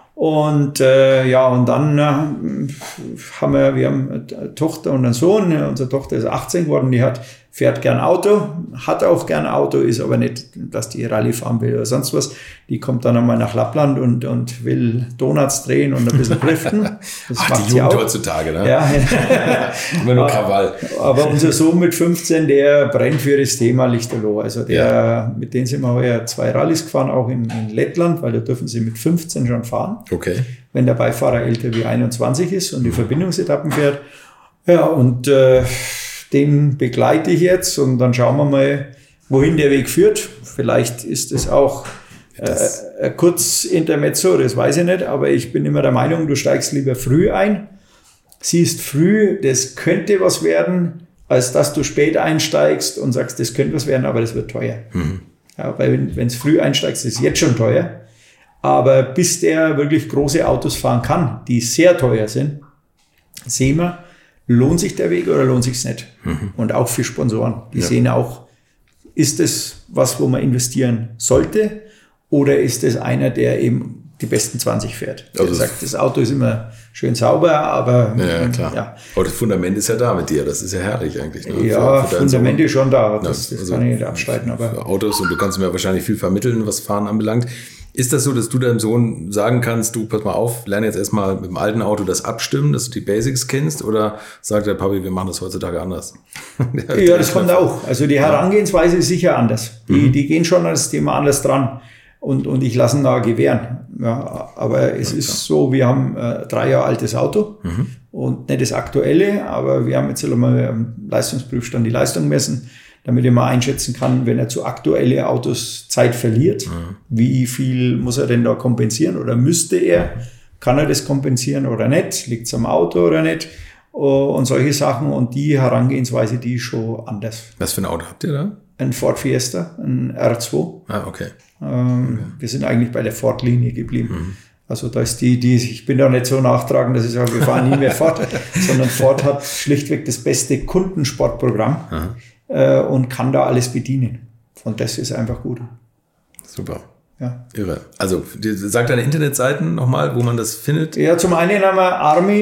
Und äh, ja, und dann äh, haben wir, wir haben eine Tochter und einen Sohn. Unsere Tochter ist achtzehn geworden, die hat, fährt gern Auto, hat auch gern Auto, ist aber nicht, dass die Rallye fahren will oder sonst was. Die kommt dann einmal nach Lappland und, und will Donuts drehen und ein bisschen driften. Das Ach, macht die Jugend heutzutage, ne? Ja. Immer nur Krawall. Aber unser Sohn mit fünfzehn, der brennt für das Thema Lichterloh. Also der, ja. mit denen sind wir heuer zwei Rallyes gefahren, auch in, in Lettland, weil da dürfen sie mit fünfzehn schon fahren. Okay. Wenn der Beifahrer älter wie einundzwanzig ist und die Verbindungsetappen fährt. Ja, und äh, den begleite ich jetzt und dann schauen wir mal, wohin der Weg führt. Vielleicht ist es auch äh, kurz Intermezzo, das weiß ich nicht, aber ich bin immer der Meinung, du steigst lieber früh ein, siehst früh, das könnte was werden, als dass du spät einsteigst und sagst, das könnte was werden, aber das wird teuer. Mhm. Ja, weil wenn es früh einsteigst, ist es jetzt schon teuer. Aber bis der wirklich große Autos fahren kann, die sehr teuer sind, sehen wir, lohnt sich der Weg oder lohnt sich's nicht? Mhm. Und auch für Sponsoren. Die ja. sehen auch, ist es was, wo man investieren sollte? Oder ist es einer, der eben die besten zwanzig fährt? Der also sagt, das Auto ist immer schön sauber, aber... Ja, klar. Ja. Aber das Fundament ist ja da mit dir. Das ist ja herrlich eigentlich. Ne? Ja, für, für Fundament ist schon da. Das, das also kann ich nicht abstreiten. Aber für Autos, und du kannst mir wahrscheinlich viel vermitteln, was Fahren anbelangt. Ist das so, dass du deinem Sohn sagen kannst, du, pass mal auf, lerne jetzt erstmal mit dem alten Auto das Abstimmen, dass du die Basics kennst? Oder sagt der Papi, wir machen das heutzutage anders? Ja, das kommt auch. Also die Herangehensweise ist sicher anders. Die, mhm. die gehen schon an das Thema anders dran. Und, und ich lasse ihn da gewähren. Ja, aber es ja, ist klar. so, wir haben ein drei Jahre altes Auto mhm. und nicht das aktuelle, aber wir haben jetzt mal am Leistungsprüfstand die Leistung messen, damit ich mal einschätzen kann, wenn er zu aktuellen Autos Zeit verliert, mhm. wie viel muss er denn da kompensieren oder müsste er? Kann er das kompensieren oder nicht? Liegt es am Auto oder nicht? Und solche Sachen, und die Herangehensweise, die ist schon anders. Was für ein Auto habt ihr da? Ein Ford Fiesta, ein R zwei. Ah, okay. Ähm, okay. Wir sind eigentlich bei der Ford-Linie geblieben. Mhm. Also da ist die, die, ich bin da nicht so nachtragend, dass ich sage, wir fahren nie mehr Ford, sondern Ford hat schlichtweg das beste Kundensportprogramm äh, und kann da alles bedienen. Und das ist einfach gut. Super. Ja. Irre. Also, sag deine Internetseiten nochmal, wo man das findet. Ja, zum einen haben wir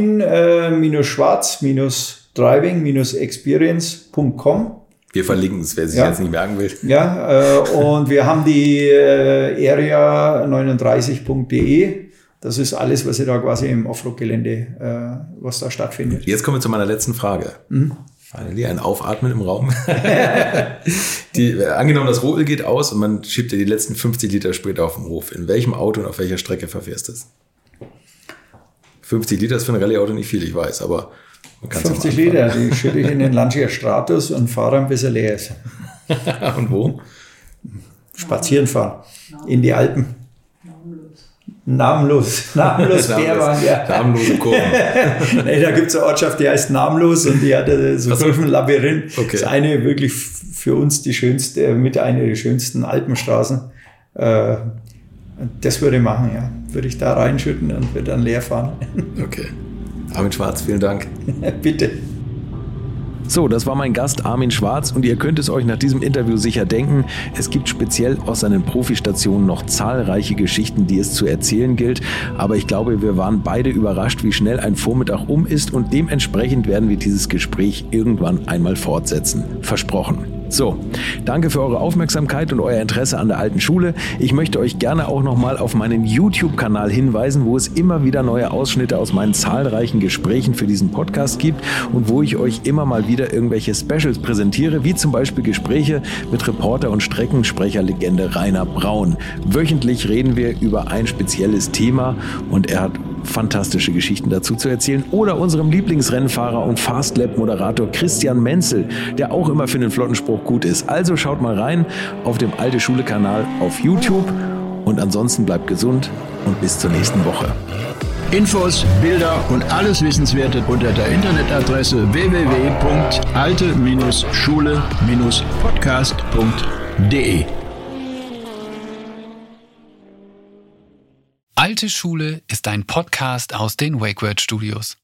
armin-schwarz-driving-experience punkt com. Wir verlinken es, wer sich ja. jetzt nicht merken will. Ja, äh, und wir haben die äh, area neununddreißig punkt de. Das ist alles, was ihr da quasi im Offroad-Gelände, äh, was da stattfindet. Jetzt kommen wir zu meiner letzten Frage. Mhm. Finally, ein Aufatmen im Raum. die, äh, angenommen, das Rohöl geht aus und man schiebt dir die letzten fünfzig Liter Sprit auf den Hof. In welchem Auto und auf welcher Strecke verfährst du es? fünfzig Liter ist für ein Rallye-Auto nicht viel, ich weiß, aber man kann es fünfzig Liter, die schütte ich in den Lancia Stratos und fahre dann, bis er leer ist. Und wo? Spazieren fahren. In die Alpen. Namenlos. Namenlos Bärwang, ja. Namenlose Kurven. Nee, da gibt es eine Ortschaft, die heißt Namenlos und die hat so fünf Labyrinth. Okay. Das ist eine wirklich für uns die schönste, mit einer der schönsten Alpenstraßen. Das würde ich machen, ja. Würde ich da reinschütten und würde dann leer fahren. Okay. Armin Schwarz, vielen Dank. Bitte. So, das war mein Gast Armin Schwarz und ihr könnt es euch nach diesem Interview sicher denken, es gibt speziell aus seinen Profistationen noch zahlreiche Geschichten, die es zu erzählen gilt, aber ich glaube, wir waren beide überrascht, wie schnell ein Vormittag um ist und dementsprechend werden wir dieses Gespräch irgendwann einmal fortsetzen. Versprochen. So, danke für eure Aufmerksamkeit und euer Interesse an der alten Schule. Ich möchte euch gerne auch nochmal auf meinen YouTube-Kanal hinweisen, wo es immer wieder neue Ausschnitte aus meinen zahlreichen Gesprächen für diesen Podcast gibt und wo ich euch immer mal wieder irgendwelche Specials präsentiere, wie zum Beispiel Gespräche mit Reporter und Streckensprecherlegende Rainer Braun. Wöchentlich reden wir über ein spezielles Thema und er hat fantastische Geschichten dazu zu erzählen. Oder unserem Lieblingsrennfahrer und Fastlab-Moderator Christian Menzel, der auch immer für den Flottenspruch gut ist. Also schaut mal rein auf dem Alte Schule-Kanal auf YouTube und ansonsten bleibt gesund und bis zur nächsten Woche. Infos, Bilder und alles Wissenswerte unter der Internetadresse w w w punkt alte Schule Podcast punkt de. Alte Schule ist ein Podcast aus den WakeWord Studios.